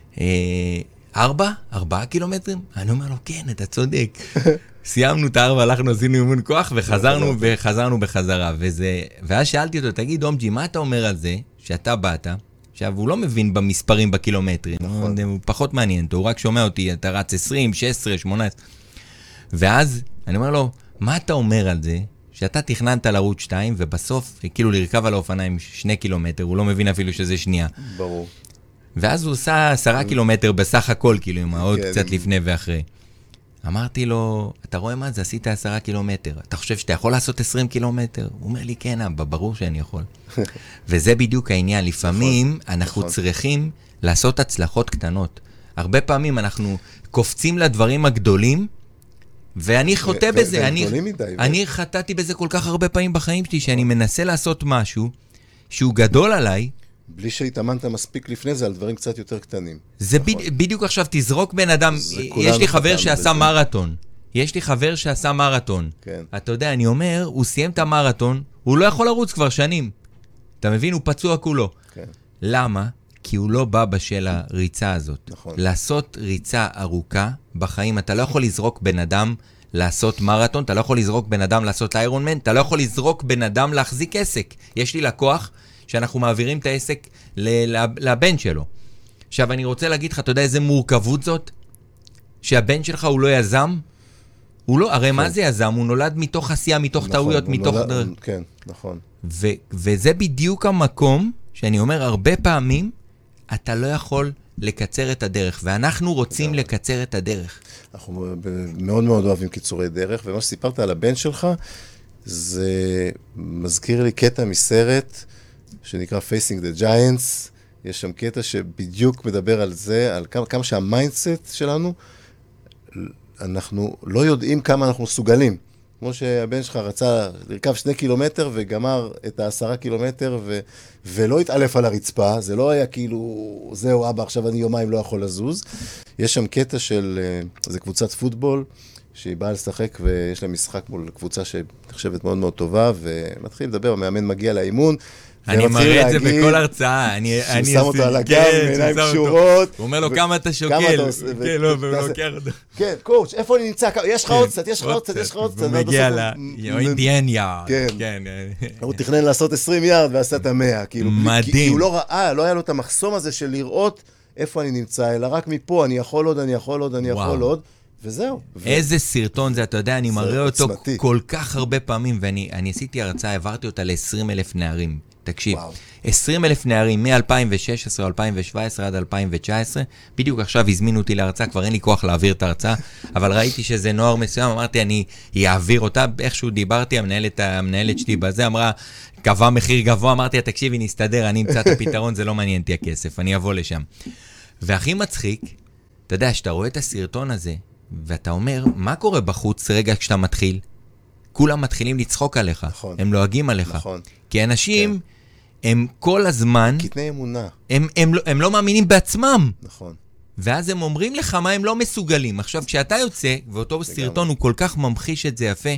4 קילומטרים? אני אומר לו, כן, אתה צודק. סיימנו את 4, הלכנו, עשינו אימון כוח, וחזרנו בחזרה. ואז שאלתי אותו, תגיד, אומג'י, מה אתה אומר על זה שאתה באת? עכשיו, הוא לא מבין במספרים בקילומטרים. הוא פחות מעניין אותו, הוא רק שומע אותי, אתה רץ 20, 16, 18. ואז אני אומר לו, מה אתה אומר על זה שאתה תכננת לרוץ 2, ובסוף, כאילו לרכב על האופניים 2 קילומטר, הוא לא מבין אפילו שזה שנייה. ברור. ואז הוא עושה 10 קילומטר בסך הכל, כאילו, עם העוד קצת לפני ואחרי. אמרתי לו, אתה רואה מה זה? עשית 10 קילומטר. אתה חושב שאתה יכול לעשות 20 קילומטר? הוא אומר לי, כן, אבא, ברור שאני יכול. וזה בדיוק העניין. לפעמים אנחנו צריכים לעשות הצלחות קטנות. הרבה פעמים אנחנו קופצים לדברים הגדולים, ואני חוטא בזה. אני חטאתי בזה כל כך הרבה פעמים בחיים שלי, שאני מנסה לעשות משהו שהוא גדול עליי, בלי שהתאמנת מספיק לפני זה על דברים קצת יותר קטנים. זה בדיוק עכשיו, תזרוק בן אדם, יש לי חבר שעשה מרתון. כן. אתה יודע, אני אומר, הוא סיים את המרתון, הוא לא יכול לרוץ כבר שנים. אתה מבין? הוא פצוע כולו. כן. למה? כי הוא לא בא בשל הריצה הזאת. נכון. לעשות ריצה ארוכה בחיים, אתה לא יכול לזרוק בן אדם לעשות מרתון, אתה לא יכול לזרוק בן אדם לעשות איירון מן, אתה לא יכול לזרוק בן אדם להחזיק עסק. יש לי לקוח שאנחנו מעבירים את העסק לבן שלו. עכשיו, אני רוצה להגיד לך, אתה יודע איזה מורכבות זאת? שהבן שלך הוא לא יזם? הוא לא, הרי מה זה יזם? הוא נולד מתוך עשייה, מתוך טעויות, מתוך... כן, נכון. וזה בדיוק המקום שאני אומר, הרבה פעמים אתה לא יכול לקצר את הדרך, ואנחנו רוצים לקצר את הדרך. אנחנו מאוד מאוד אוהבים קיצורי דרך, ומה שסיפרת על הבן שלך, זה מזכיר לי קטע מסרט שנקרא Facing the Giants. יש שם קטע שבדיוק מדבר על זה, על כמה שהמיינדסט שלנו, אנחנו לא יודעים כמה אנחנו מסוגלים. כמו שהבן שלך רצה לרכב 2 קילומטר וגמר את 10 קילומטר ולא התעלף על הרצפה, זה לא היה כאילו, זהו אבא, עכשיו אני יומיים לא יכול לזוז. יש שם קטע של, זה קבוצת פוטבול, שהיא באה לשחק ויש לה משחק מול קבוצה שנחשבת מאוד מאוד טובה, ומתחיל לדבר, המאמן מגיע לאימון, אני מראה את זה בכל הרצאה. שהוא שם אותו על הגב, מעיניים קשורות. הוא אומר לו, כמה אתה שוקל? כן, לא, והוא לוקח אותו. כן, קואוץ', איפה אני נמצא? יש לך עוד קצת, יש לך עוד קצת, יש לך עוד קצת. הוא מגיע לאינדיאן יארד. כן. הוא תכנן לעשות 20 יארד ועשה את 100. מדהים. כי הוא לא ראה, לא היה לו את המחסום הזה של לראות איפה אני נמצא, אלא רק מפה, אני יכול עוד, אני יכול עוד, אני יכול עוד. וזהו. איזה סרטון זה, אתה יודע, אני מראה אותו כל כך הרבה פעמים, ואני עשיתי הרצאה, העברתי אותה ל-20,000 נערים. תקשיב, 20,000 נערים מ-2016 או 2017 עד 2019, בדיוק עכשיו הזמינו אותי להרצאה, כבר אין לי כוח להעביר את ההרצאה, אבל ראיתי שזה נוער מסוים, אמרתי, אני אעביר אותה, איכשהו דיברתי, המנהלת שלי בזה, אמרה, קבע מחיר גבוה, אמרתי, תקשיבי, נסתדר, אני אמצא את הפתרון, זה לא מעניין אותי הכסף, אני אבוא לשם. והכי מצחיק, אתה יודע, שאתה רואה את הסרטון הזה, ואתה אומר, מה קורה בחוץ רגע כשאתה מתחיל? כולם מתחילים לצחוק עליך, נכון. הם לועגים עליך. נכון. כי אנשים, הם כל הזמן... קטני אמונה. הם לא מאמינים בעצמם. נכון. ואז הם אומרים לך מה הם לא מסוגלים. עכשיו, כשאתה יוצא, ואותו סרטון הוא כל כך ממחיש את זה יפה,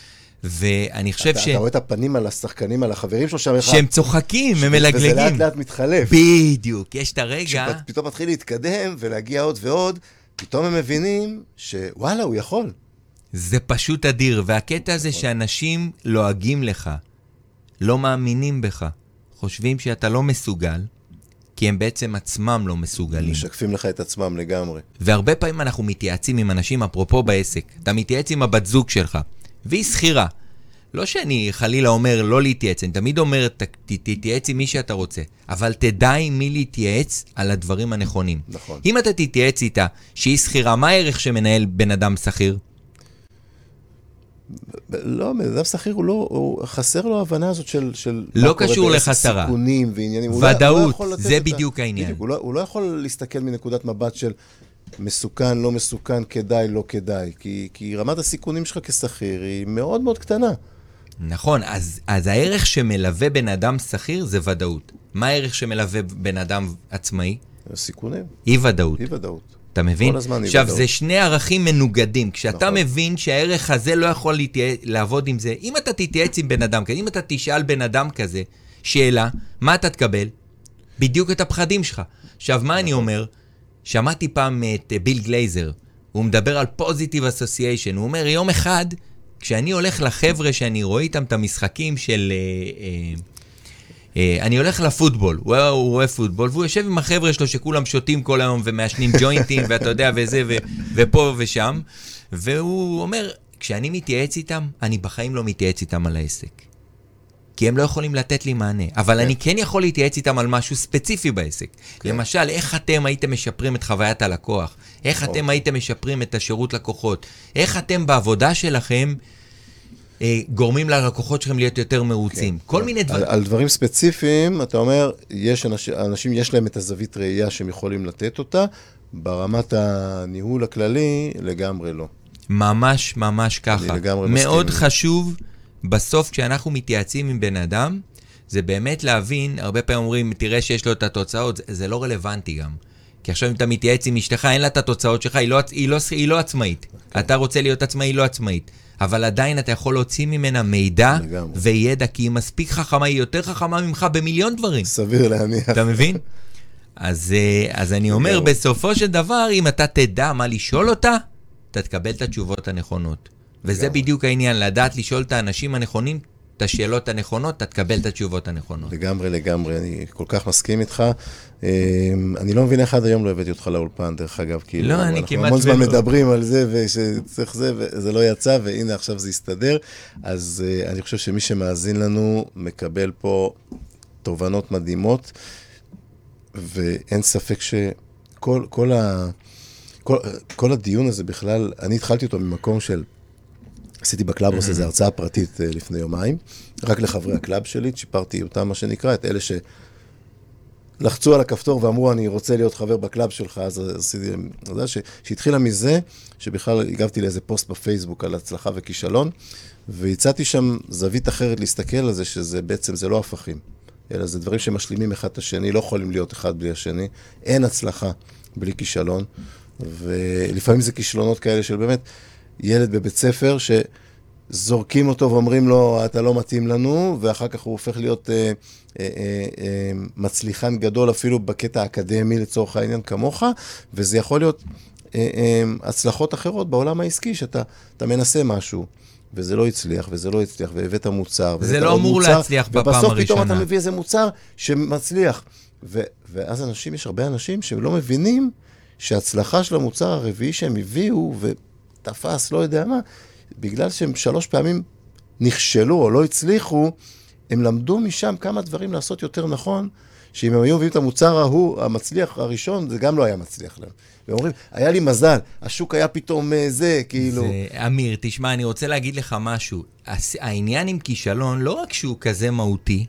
ואני חושב אתה רואה את הפנים על השחקנים, על החברים שלו שם. שהם צוחקים, הם מלגלגים. וזה לאט לאט מתחלף. בדיוק, יש את הרגע... כשפתאום מתחיל להתקדם ולהגיע עוד ועוד, פתאום הם מבינים שוואלה, הוא יכול. זה פשוט אדיר, והקטע הזה שאנשים לועגים לך, לא מאמינים בך, חושבים שאתה לא מסוגל, כי הם בעצם עצמם לא מסוגלים. משקפים לך את עצמם לגמרי. והרבה פעמים אנחנו מתייעצים עם אנשים, אפרופו בעסק, אתה מתייעץ עם הבת זוג שלך, והיא שכירה. לא שאני חלילה אומר לא להתייעץ, אני תמיד אומר, תתייעץ עם מי שאתה רוצה, אבל תדע עם מי להתייעץ על הדברים הנכונים. נכון. אם אתה תתייעץ איתה שהיא שכירה, מה הערך שמנהל בן אדם שכיר? לא, בן אדם שכיר הוא חסר לו ההבנה הזאת של לא קשור לחסרה. סיכונים ועניינים. ודאות, זה בדיוק העניין. בדיוק, הוא לא יכול להסתכל מנקודת מבט של מסוכן, לא מסוכן, כדאי, לא כדאי. כי רמת הסיכונים שלך כשכיר היא מאוד מאוד קטנה. נכון, אז הערך שמלווה בן אדם שכיר זה ודאות. מה הערך שמלווה בן אדם עצמאי? סיכונים. אי ודאות. אי ודאות. אתה מבין? עכשיו, זה שני ערכים מנוגדים. כשאתה מבין שהערך הזה לא יכול לעבוד עם זה, אם אתה תתייעץ עם בן אדם כזה, אם אתה תשאל בן אדם כזה, שאלה, מה אתה תקבל? בדיוק את הפחדים שלך. עכשיו, מה אני אומר? שמעתי פעם את ביל גלייזר, הוא מדבר על positive association, הוא אומר, יום אחד, כשאני הולך לחבר'ה שאני רואה איתם את המשחקים של... אני הולך לפוטבול, הוא רואה פוטבול, והוא יושב עם החבר'ה שלו שכולם שותים כל היום ומעשנים ג'וינטים, ואתה יודע, וזה, ופה ושם, והוא אומר, כשאני מתייעץ איתם, אני בחיים לא מתייעץ איתם על העסק. כי הם לא יכולים לתת לי מענה, אבל אני כן יכול להתייעץ איתם על משהו ספציפי בעסק. למשל, איך אתם הייתם משפרים את חוויית הלקוח? איך אתם הייתם משפרים את השירות לקוחות? איך אתם בעבודה שלכם גורמים ללקוחות שלכם להיות יותר מרוצים? כל מיני דברים. על דברים ספציפיים, אתה אומר, אנשים יש להם את הזווית ראייה שהם יכולים לתת אותה, ברמת הניהול הכללי, לגמרי לא. ממש, ממש ככה. מאוד חשוב, בסוף כשאנחנו מתייעצים עם בן אדם, זה באמת להבין, הרבה פעמים אומרים, תראה שיש לו את התוצאות, זה לא רלוונטי גם. כי עכשיו אם אתה מתייעץ עם אשתך, אין לה את התוצאות שלך, היא לא עצמאית. אתה רוצה להיות עצמאי, היא לא עצמאית. אבל עדיין אתה יכול להוציא ממנה מידע וידע, כי היא מספיק חכמה, היא יותר חכמה ממך במיליון דברים. סביר להניח. אתה מבין? אז אני אומר, בסופו של דבר, אם אתה תדע מה לשאול אותה, אתה תקבל את התשובות הנכונות. וזה בדיוק העניין, לדעת לשאול את האנשים הנכונים, השאלות הנכונות, אתה תקבל את התשובות הנכונות. לגמרי, אני כל כך מסכים איתך. אני לא מבין איך עד היום לא הבאתי אותך לאולפן, דרך אגב, כאילו, לא, אני כמעט המון זמן מדברים על זה, ושצריך זה, וזה לא יצא, והנה עכשיו זה יסתדר. אז אני חושב שמי שמאזין לנו מקבל פה תובנות מדהימות, ואין ספק שכל הדיון הזה בכלל, אני התחלתי אותו ממקום של, עשיתי בקלאבוס איזו הרצאה פרטית לפני יומיים, רק לחברי הקלאב שלי, שיפרתי אותם מה שנקרא, את אלה שלחצו על הכפתור ואמרו, אני רוצה להיות חבר בקלאב שלך, אז עשיתי, שהתחילה מזה, שבכלל הגבתי לאיזה פוסט בפייסבוק על הצלחה וכישלון, והצעתי שם זווית אחרת להסתכל על זה, שזה בעצם, זה לא הפכים, אלא זה דברים שמשלימים אחד את השני, לא יכולים להיות אחד בלי השני, אין הצלחה בלי כישלון, ולפעמים זה כישלונות כאלה של באמת, ילד בבית ספר שזורקים אותו ואומרים לו, אתה לא מתאים לנו, ואחר כך הוא הופך להיות מצליחן גדול אפילו בקטע האקדמי לצורך העניין כמוך, וזה יכול להיות הצלחות אחרות בעולם העסקי, שאתה מנסה משהו, וזה לא הצליח, והבאת מוצר, זה לא אמור להצליח בפעם הראשונה. ובסוף פתאום אתה מביא איזה מוצר שמצליח. ואז יש הרבה אנשים שלא מבינים שההצלחה של המוצר הרביעי שהם הביאו, תפס, לא יודע מה, בגלל שהם 3 פעמים נכשלו או לא הצליחו, הם למדו משם כמה דברים לעשות יותר נכון, שאם הם היו מביאים את המוצר המצליח הראשון, זה גם לא היה מצליח להם. והם אומרים, היה לי מזל, השוק היה פתאום זה, כאילו... אמיר, תשמע, אני רוצה להגיד לך משהו. העניין עם כישלון, לא רק שהוא כזה מהותי,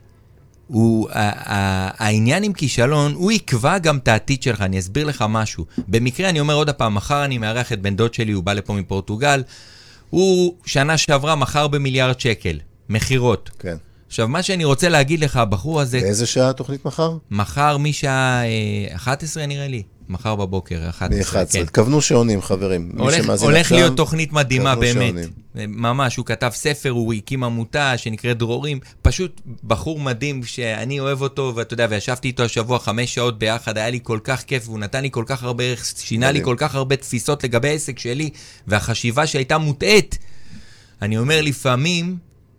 העניין עם כישלון, הוא יקבע גם את העתיד שלך, אני אסביר לך משהו. במקרה, אני אומר עוד הפעם, מחר אני מארח את בן דוד שלי, הוא בא לפה מפורטוגל, הוא שנה שעברה מחר ב1,000,000,000 שקל, מחירות. כן. עכשיו, מה שאני רוצה להגיד לך, הבחור הזה... באיזה שעה התוכנית מחר? מחר משעה 11 נראה לי. מחר בבוקר, 11. כן. כוונו שעונים, חברים. הולך להיות תוכנית מדהימה, באמת. ממש, הוא כתב ספר, הוא הקים עמותה שנקראת דרורים. פשוט בחור מדהים שאני אוהב אותו, ואתה יודע, וישבתי איתו השבוע 5 שעות ביחד, היה לי כל כך כיף, והוא נתן לי כל כך הרבה ערך, שינה לי כל כך הרבה תפיסות לגבי העסק שלי, והחשיבה שהייתה מוטעת. אני אומר לפעמים,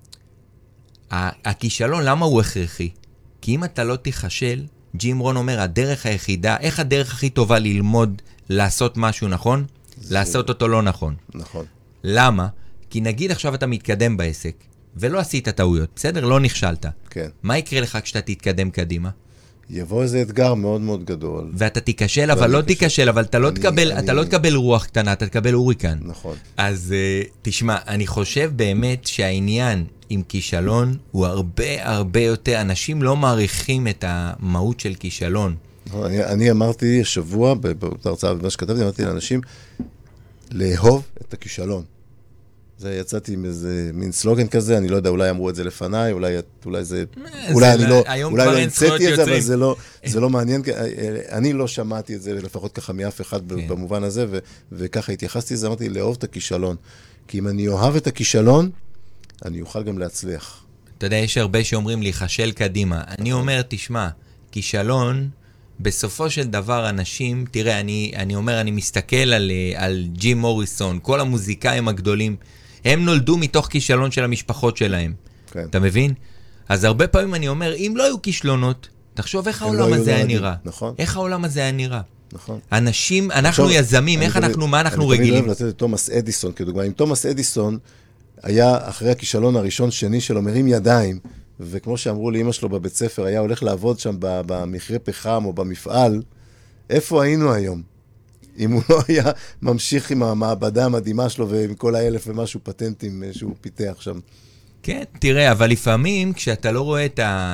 הכישלון, למה הוא הכרחי? כי אם אתה לא תיחשל, ג'ים רון אומר, הדרך היחידה, איך הדרך הכי טובה ללמוד לעשות משהו נכון? לעשות אותו לא נכון. נכון. למה? כי נגיד עכשיו אתה מתקדם בעסק, ולא עשית טעויות, בסדר? לא נכשלת. כן. מה יקרה לך כשאתה תתקדם קדימה? יבוא איזה אתגר מאוד מאוד גדול. ואתה תיכשל, אבל לא תיכשל, אבל אתה לא תקבל רוח קטנה, אתה תקבל הוריקן. נכון. אז תשמע, אני חושב באמת שהעניין עם כישלון הוא הרבה יותר, אנשים לא מעריכים את המהות של כישלון. אני אמרתי השבוע, בהרצאה במה שכתבתי, אמרתי לאנשים, לאהוב את הכישלון. זה יצאתי עם איזה מין סלוגן כזה, אני לא יודע, אולי אמרו את זה לפניי, אולי אני לא המצאתי את זה, אבל זה לא מעניין, אני לא שמעתי את זה לפחות ככה מאף אחד במובן הזה, וככה התייחסתי לזה, אמרתי, לאהוב את הכישלון. כי אם אני אוהב את הכישלון, אני אוכל גם להצליח. אתה יודע, יש הרבה שאומרים לי, חשל קדימה. אני אומר, תשמע, כישלון, בסופו של דבר אנשים, תראה, אני אומר, אני מסתכל על ג'ים מוריסון, כל המוזיקאים הגדולים, הם נולדו מתוך כישלון של המשפחות שלהם. כן. אתה מבין? אז הרבה פעמים אני אומר, אם לא היו כישלונות, תחשוב איך העולם הזה היה נראה. נכון. איך העולם הזה היה נראה. נכון. אנשים, אנחנו יזמים, מה אנחנו רגילים? אני תמיד אוהב לתת את תומאס אדיסון כדוגמה. אם תומאס אדיסון היה אחרי הכישלון הראשון שני שלו, מרים ידיים, וכמו שאמרו לאמא שלו בבית ספר, היה הולך לעבוד שם במכרה פחם או במפעל, איפה היינו היום? אם הוא לא היה ממשיך עם המעבדה המדהימה שלו ועם כל 1,000 ומשהו פטנטים שהוא פיתח שם. כן, תראה, אבל לפעמים כשאתה לא רואה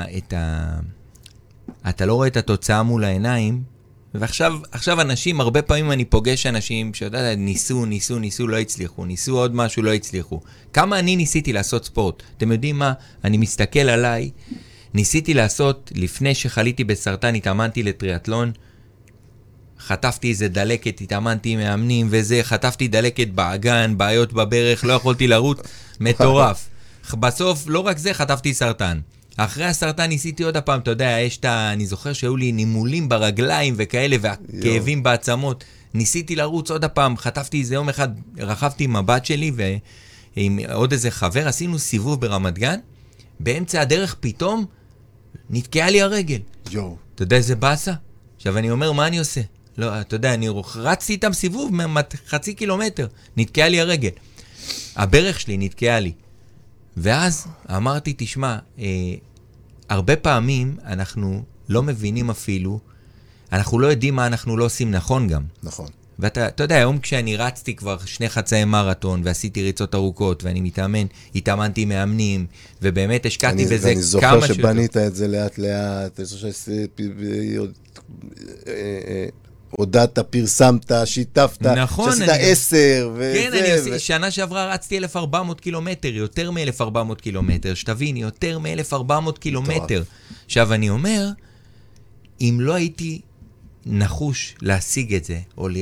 אתה לא רואה את התוצאה מול העיניים, ועכשיו אנשים, הרבה פעמים אני פוגש אנשים ניסו, לא הצליחו, ניסו עוד משהו, לא הצליחו. כמה אני ניסיתי לעשות ספורט? אתם יודעים מה? אני מסתכל עליי, ניסיתי לעשות, לפני שחליתי בסרטן, התאמנתי לטריאטלון, חטפתי איזה דלקת, התאמנתי מאמנים וזה, חטפתי דלקת באגן, בעיות בברך, לא יכולתי לרוץ, מטורף. בסוף, לא רק זה, חטפתי סרטן. אחרי הסרטן ניסיתי עוד הפעם, אתה יודע, אני זוכר שהיו לי נימולים ברגליים וכאלה, והכאבים בעצמות. ניסיתי לרוץ עוד הפעם, חטפתי איזה יום אחד, רכבתי עם הבת שלי ועם עוד איזה חבר, עשינו סיבוב ברמת גן, באמצע הדרך פתאום נתקעה לי הרגל. יו. אתה יודע איזה באסה? עכשיו אני אומר, מה אני עושה? לא, אתה יודע, אני רצתי איתם סיבוב חצי קילומטר, נתקעה לי הרגל. הברך שלי נתקעה לי. ואז אמרתי, תשמע, הרבה פעמים אנחנו לא מבינים אפילו, אנחנו לא יודעים מה אנחנו לא עושים נכון גם. נכון. ואתה יודע, היום כשאני רצתי כבר 2 חצאי מרתון, ועשיתי ריצות ארוכות, ואני התאמנתי מאמנים, ובאמת השקעתי בזה כמה אני זוכר שבנית את זה לאט לאט, הודעת, פרסמת, שיתפת, נכון, שעשית 10, כן, שנה שעברה רצתי 1,400 קילומטר, יותר מ-1,400 קילומטר, שתבין, יותר מ-1,400 קילומטר. עכשיו אני אומר, אם לא הייתי נחוש להשיג את זה,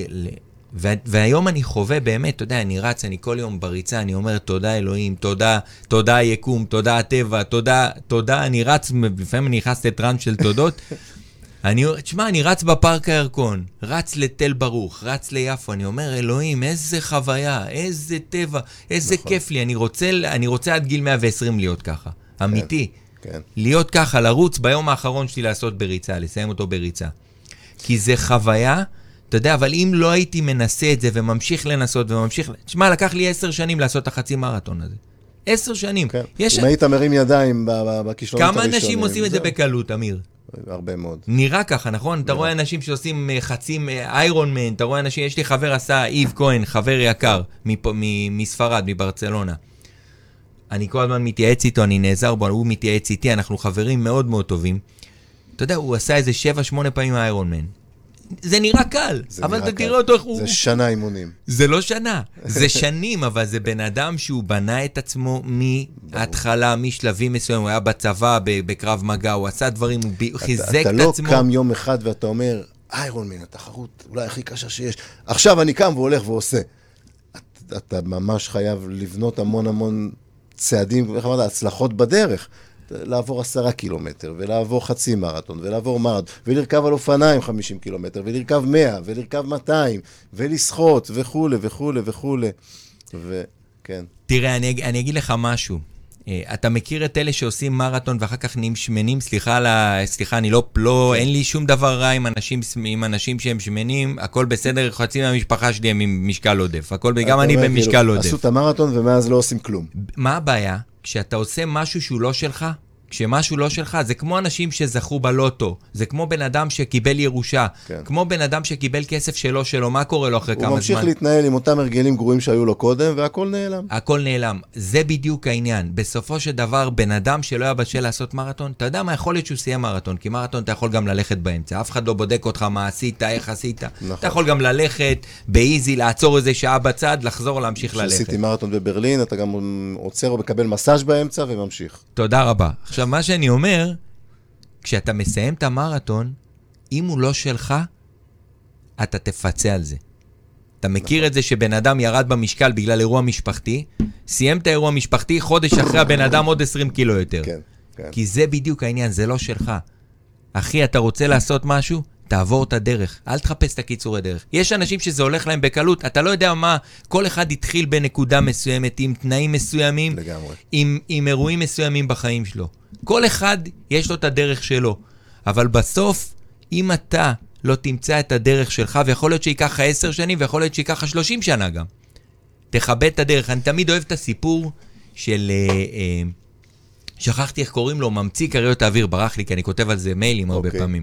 והיום אני חווה באמת, אתה יודע, אני רץ, אני כל יום בריצה, אני אומר תודה אלוהים, תודה היקום, תודה הטבע, תודה, אני רץ, לפעמים אני נכנס לטרנד של תודות, תשמע, אני רץ בפארק הירקון, רץ לתל ברוך, רץ ליפו, אני אומר, אלוהים, איזה חוויה, איזה טבע, איזה כיף לי, אני רוצה עד גיל 120 להיות ככה, אמיתי, להיות ככה, לרוץ ביום האחרון שלי לעשות בריצה, לסיים אותו בריצה. כי זה חוויה, אתה יודע, אבל אם לא הייתי מנסה את זה וממשיך לנסות תשמע, לקח לי 10 שנים לעשות את החצי מרתון הזה. 10 שנים. כן. אם היית מרים ידיים בכישלונות הראשונים. כמה אנשים עושים את זה בקלות, אמיר? הרבה מאוד. נראה ככה, נכון? אתה רואה אנשים שעושים חצים איירון מן, אתה רואה אנשים, יש לי חבר עשה, איב כהן, חבר יקר, מספרד, מברצלונה. אני כל הזמן מתייעץ איתו, אני נעזר בו, הוא מתייעץ איתי, אנחנו חברים מאוד מאוד טובים. אתה יודע, הוא עשה איזה 7-8 פעמים איירון מן. זה נראה קל, אבל אתה תראה אותו איך הוא... זה שנה אימונים. זה לא שנה, זה שנים, אבל זה בן אדם שהוא בנה את עצמו מההתחלה, משלבים מסוים, הוא היה בצבא, בקרב מגע, הוא עשה דברים, הוא חיזק את עצמו. אתה לא קם יום אחד ואתה אומר, איירון מן, התחרות אולי הכי קשה שיש. עכשיו אני קם והולך ועושה. אתה ממש חייב לבנות המון צעדים, איך אמרת, הצלחות בדרך. לעבור 10 קילומטר, ולעבור חצי מרתון, ולעבור מרתון, ולרכב על אופניים 50 קילומטר, ולרכב 100, ולרכב 200, ולשחות, וכו' וכו' וכו'. וכן. תראה, אני אגיד לך משהו. אתה מכיר את אלה שעושים מרתון, ואחר כך נהיים שמנים? סליחה, אני לא, אין לי שום דבר רע עם אנשים שהם שמנים, הכל בסדר, חצי מהמשפחה שלי הם עם משקל עודף. הכל, גם אני במשקל עודף. עשו את המרתון, ומאז לא עושים כלום. מה הבעיה? כשאתה עושה משהו שהוא לא שלך, כשמשהו לא שלך, זה כמו אנשים שזכו בלוטו, זה כמו בן אדם שקיבל ירושה, כן. כמו בן אדם שקיבל כסף שלו, מה קורה לו אחרי כמה זמן? הוא ממשיך להתנהל עם אותם הרגלים גרועים שהיו לו קודם, והכל נעלם. הכל נעלם. זה בדיוק העניין. בסופו של דבר, בן אדם שלא היה בשל לעשות מרתון, אתה יודע מה יכול להיות שהוא סיים מרתון, כי מרתון אתה יכול גם ללכת באמצע, אף אחד לא בודק אותך מה עשית, איך עשית. נכון. אתה יכול גם ללכת באיזי, לעצור איזה שעה בצד, לחזור, להמשיך ללכת. כשעשיתי מרתון בברלין, אתה גם עוצר ומקבל מסאז' באמצע וממשיך. תודה רבה. עכשיו, מה שאני אומר, כשאתה מסיים את המרתון, אם הוא לא שלך, אתה תפצה על זה. אתה מכיר את זה שבן אדם ירד במשקל בגלל אירוע משפחתי, סיים את האירוע משפחתי, חודש אחרי הבן אדם עוד 20 קילו יותר. כן, כן. כי זה בדיוק העניין, זה לא שלך. אחי, אתה רוצה לעשות משהו? תעבור את הדרך, אל תחפש את הקיצורי דרך. יש אנשים שזה הולך להם בקלות, אתה לא יודע מה, כל אחד התחיל בנקודה מסוימת, עם תנאים מסוימים, לגמרי. עם אירועים מסוימים בחיים שלו. כל אחד יש לו את הדרך שלו, אבל בסוף, אם אתה לא תמצא את הדרך שלך, ויכול להיות שיקח 10 שנים, ויכול להיות שיקח 30 שנה גם. תכבד את הדרך. אני תמיד אוהב את הסיפור של... שכחתי איך קוראים לו, ממציא קריות האוויר, ברח לי, כי אני כותב על זה מיילים הרבה פעמים.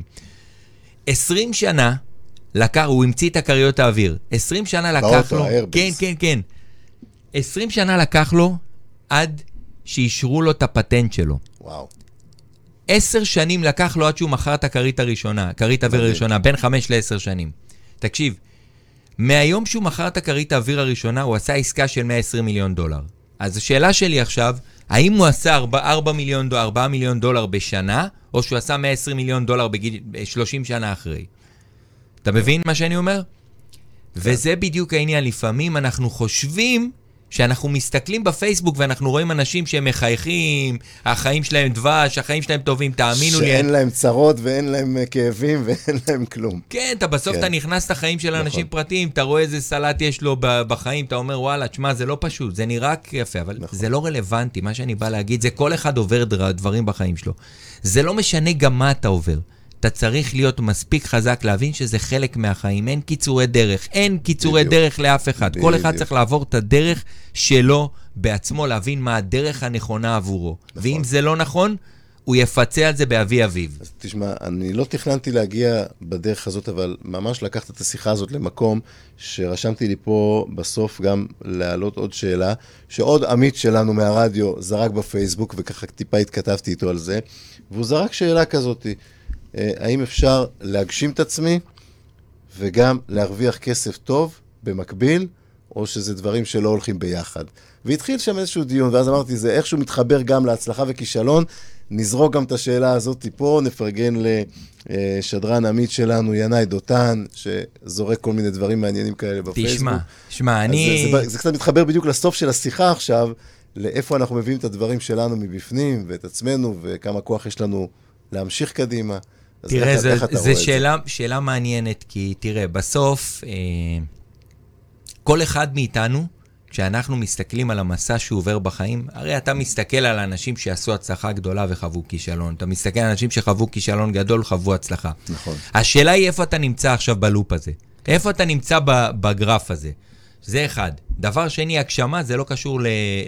20 שנה לקח, הוא המציא את הקריות האוויר. 20 שנה לקח לו... כן. 20 שנה לקח לו עד שישרו לו את הפטנט שלו. וואו. 10 שנים לקח לו עד שהוא מכר את הקרית הראשונה, קרית האוויר הראשונה, בין 5 ל-10 שנים. תקשיב, מהיום שהוא מכר את הקרית האוויר הראשונה, הוא עשה עסקה של $120 מיליון. אז השאלה שלי עכשיו, האם הוא עשה 4 מיליון דולר בשנה, או שהוא עשה $120 מיליון בגיל 30 שנה אחרי? אתה מבין מה שאני אומר? וזה בדיוק העניין. לפעמים אנחנו חושבים שאנחנו מסתכלים בפייסבוק ואנחנו רואים אנשים שהם מחייכים, החיים שלהם דבש, החיים שלהם טובים, תאמינו לי. שאין להם צרות ואין להם כאבים ואין להם כלום. כן, בסוף אתה נכנס לחיים של אנשים פרטיים, אתה רואה איזה סלט יש לו בחיים, אתה אומר, וואלה, תשמע, זה לא פשוט, זה נראה יפה, אבל זה לא רלוונטי. מה שאני בא להגיד, זה כל אחד עובר דברים בחיים שלו. זה לא משנה גם מה אתה עובר. אתה צריך להיות מספיק חזק להבין שזה חלק מהחיים. אין קיצורי דרך. אין קיצורי דרך לאף אחד. כל אחד צריך לעבור את הדרך שלו בעצמו, להבין מה הדרך הנכונה עבורו. ואם זה לא נכון, הוא יפצה על זה באבי אביו. אז תשמע, אני לא תכננתי להגיע בדרך הזאת, אבל ממש לקחת את השיחה הזאת למקום שרשמתי לי פה בסוף גם להעלות עוד שאלה, שעוד עמית שלנו מהרדיו זרק בפייסבוק, וככה טיפה התכתבתי איתו על זה, והוא זרק שאלה כזאת, האם אפשר להגשים את עצמי וגם להרוויח כסף טוב במקביל, או שזה דברים שלא הולכים ביחד. והתחיל שם איזשהו דיון, ואז אמרתי, זה איכשהו מתחבר גם להצלחה וכישלון, נזרוק גם את השאלה הזאת פה, נפרגן לשדרן עמית שלנו, ינאי דותן, שזורק כל מיני דברים מעניינים כאלה בפייסבוק. תשמע, אני... זה קצת מתחבר בדיוק לסוף של השיחה עכשיו, לאיפה אנחנו מביאים את הדברים שלנו מבפנים, ואת עצמנו, וכמה כוח יש לנו להמשיך קדימה. תראה, זו שאלה מעניינת, כי תראה, בסוף, כל אחד מאיתנו, כשאנחנו מסתכלים על המסע שהוא עובר בחיים, הרי אתה מסתכל על האנשים שעשו הצלחה גדולה וחוו כישלון. אתה מסתכל על אנשים שחוו כישלון גדול וחוו הצלחה. נכון. השאלה היא איפה אתה נמצא עכשיו בלופ הזה. איפה אתה נמצא בגרף הזה. זה אחד. דבר שני, הגשמה, זה לא קשור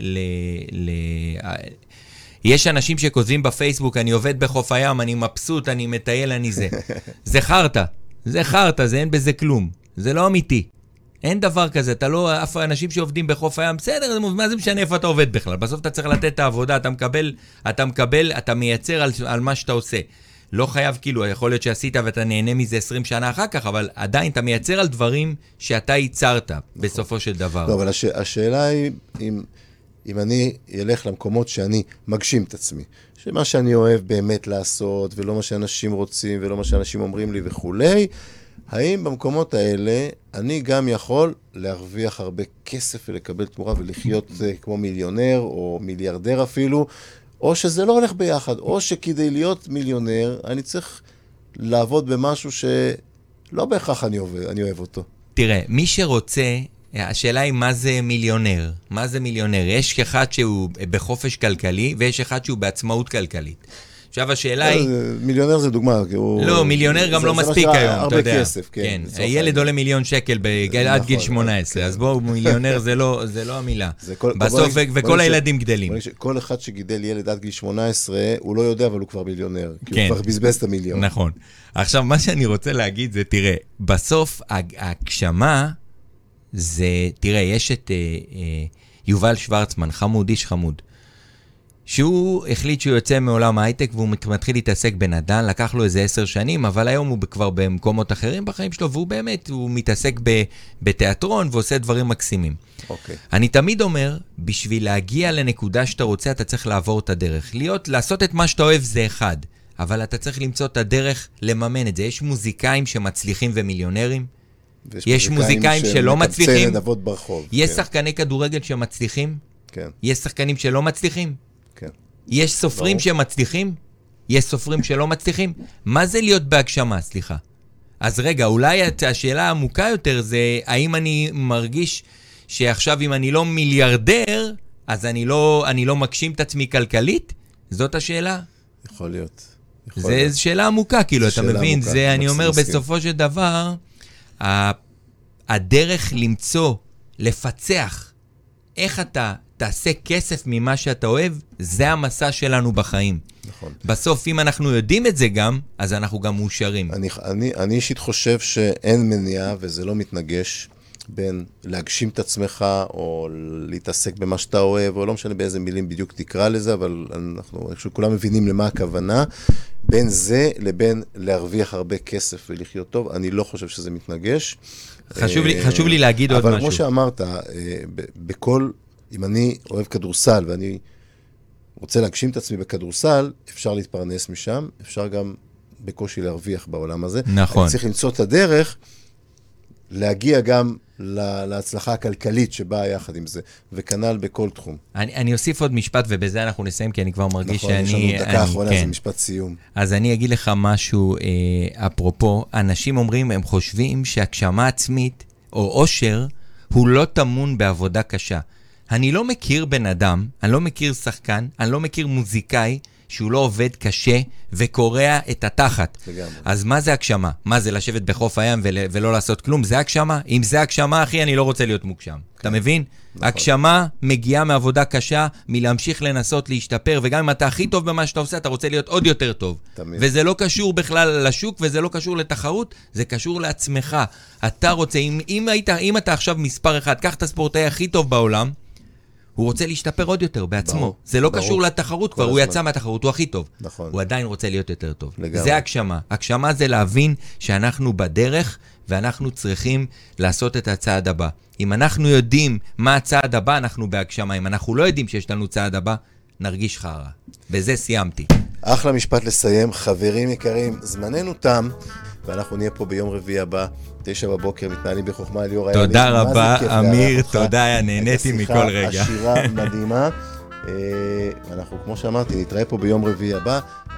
יש אנשים שכותבים בפייסבוק, אני עובד בחוף הים, אני מבסוט, אני מטייל, אני זה. זה חרטה. זה חרטה, זה אין בזה כלום. זה לא אמיתי. אין דבר כזה, אתה לא, אף אנשים שעובדים בחוף הים, בסדר, מה זה משנה איפה אתה עובד בכלל? בסוף אתה צריך לתת את העבודה, אתה מייצר על מה שאתה עושה. לא חייב כאילו, יכול להיות שעשית ואתה נהנה מזה 20 שנה אחר כך, אבל עדיין אתה מייצר על דברים שאתה ייצרת בסופו של דבר. לא, אבל השאלה היא, אם אני אלך למקומות שאני מגשים את עצמי, שמה שאני אוהב באמת לעשות, ולא מה שאנשים רוצים, ולא מה שאנשים אומרים לי וכולי, האם במקומות האלה אני גם יכול להרוויח הרבה כסף ולקבל תמורה ולחיות כמו מיליונר או מיליארדר אפילו, או שזה לא הולך ביחד, או שכדי להיות מיליונר אני צריך לעבוד במשהו שלא בהכרח אני אוהב אותו. תראה, מי שרוצה, השאלה היא מה זה מיליונר? מה זה מיליונר? יש אחד שהוא בחופש כלכלי ויש אחד שהוא בעצמאות כלכלית. עכשיו השאלה היא... מיליונר זה דוגמה. לא, מיליונר גם לא מספיק היום, אתה יודע. הרבה כסף, כן. ילד עולה $1,000,000 עד גיל 18, אז בואו, מיליונר זה לא המילה. בסוף, וכל הילדים גדלים. כל אחד שגידל ילד עד גיל 18, הוא לא יודע, אבל הוא כבר מיליונר. כי הוא כבר בזבז את המיליון. נכון. עכשיו, מה שאני רוצה להגיד זה, תראה, בסוף הגשמה זה, תראה, יש את יובל שוורצמן, חמוד, איש חמוד. שהוא החליט שהוא יוצא מעולם ההייטק, והוא מתחיל להתעסק בנדל"ן, לקח לו איזה 10 שנים, אבל היום הוא כבר במקומות אחרים בחיים שלו, והוא באמת, הוא מתעסק בתיאטרון, ועושה דברים מקסימים. אוקיי. אני תמיד אומר, בשביל להגיע לנקודה שאתה רוצה, אתה צריך לעבור את הדרך. לעשות את מה שאתה אוהב זה אחד, אבל אתה צריך למצוא את הדרך לממן את זה. יש מוזיקאים שמצליחים ומיליונרים, יש מוזיקאים שלא מצליחים, יש שחקני כדורגל שמצליחים, יש שחקנים שלא מצליחים, יש סופרים שמצליחים, יש סופרים שלא מצליחים. מה זה להיות בהגשמה, סליחה? אז רגע, אולי השאלה העמוקה יותר זה, האם אני מרגיש שעכשיו אם אני לא מיליארדר, אז אני לא מגשים את עצמי כלכלית? זאת השאלה? יכול להיות. זו שאלה עמוקה, כאילו, אתה מבין? זה, אני אומר, בסופו של דבר, הדרך למצוא, לפצח, איך אתה תעשה כסף ממה שאתה אוהב, זה המסע שלנו בחיים. נכון. בסוף, אם אנחנו יודעים את זה גם, אז אנחנו גם מאושרים. אני אישית חושב שאין מניעה, וזה לא מתנגש, בין להגשים את עצמך, או להתעסק במה שאתה אוהב, או לא משנה באיזה מילים בדיוק תקרא לזה, אבל אנחנו, איכשהו כולם מבינים למה הכוונה, בין זה לבין להרוויח הרבה כסף ולחיות טוב, אני לא חושב שזה מתנגש. חשוב לי להגיד עוד משהו. אבל כמו שאמרת, בכל... אם אני אוהב כדורסל ואני רוצה להגשים את עצמי בכדורסל, אפשר להתפרנס משם, אפשר גם בקושי להרוויח בעולם הזה. נכון. אני צריך למצוא את הדרך, להגיע גם להצלחה הכלכלית שבאה יחד עם זה, וכנ"ל בכל תחום. אני אוסיף עוד משפט, ובזה אנחנו נסיים, כי אני כבר מרגיש שאני... נכון, יש לנו דקה אחרונה, זה משפט סיום. אז אני אגיד לך משהו, אפרופו, אנשים אומרים, הם חושבים שהגשמה עצמית, או עושר, הוא לא טמון בעבודה קשה. אני לא מכיר בן אדם, אני לא מכיר שחקן, אני לא מכיר מוזיקאי, שהוא לא עובד קשה וקורע את התחת. לגמרי. אז מה זה הגשמה? מה זה לשבת בחוף הים ולא לעשות כלום? זה הגשמה? אם זה הגשמה, אחי, אני לא רוצה להיות מוגשם. כן. אתה מבין? נכון. הגשמה מגיעה מעבודה קשה, מלהמשיך לנסות להשתפר, וגם אם אתה הכי טוב במה שאתה עושה, אתה רוצה להיות עוד יותר טוב. תמיד. וזה לא קשור בכלל לשוק, וזה לא קשור לתחרות, זה קשור לעצמך. אתה רוצה, אם אתה עכשיו מספר אחד, קח את הספורטאי הכי טוב בעולם, הוא רוצה להשתפר עוד יותר בעצמו. ברור, זה לא ברור. קשור לתחרות כבר, הוא יצא מהתחרות, הוא הכי טוב. נכון. הוא עדיין רוצה להיות יותר טוב. לגמרי. זה הגשמה. הגשמה זה להבין שאנחנו בדרך, ואנחנו צריכים לעשות את הצעד הבא. אם אנחנו יודעים מה הצעד הבא, אנחנו בהגשמה. אם אנחנו לא יודעים שיש לנו צעד הבא, נרגיש חרא. בזה סיימתי. אחלה משפט לסיים. חברים יקרים, זמננו תם, ואנחנו נהיה פה ביום רביעי הבא, 9 בבוקר, מתנהלים בחוכמה. ליאור, תודה רבה, אמיר, תודה, נהניתי מכל רגע. הייתה שיחה עשירה מדהימה. אנחנו, כמו שאמרתי, נתראה פה ביום רביעי הבא.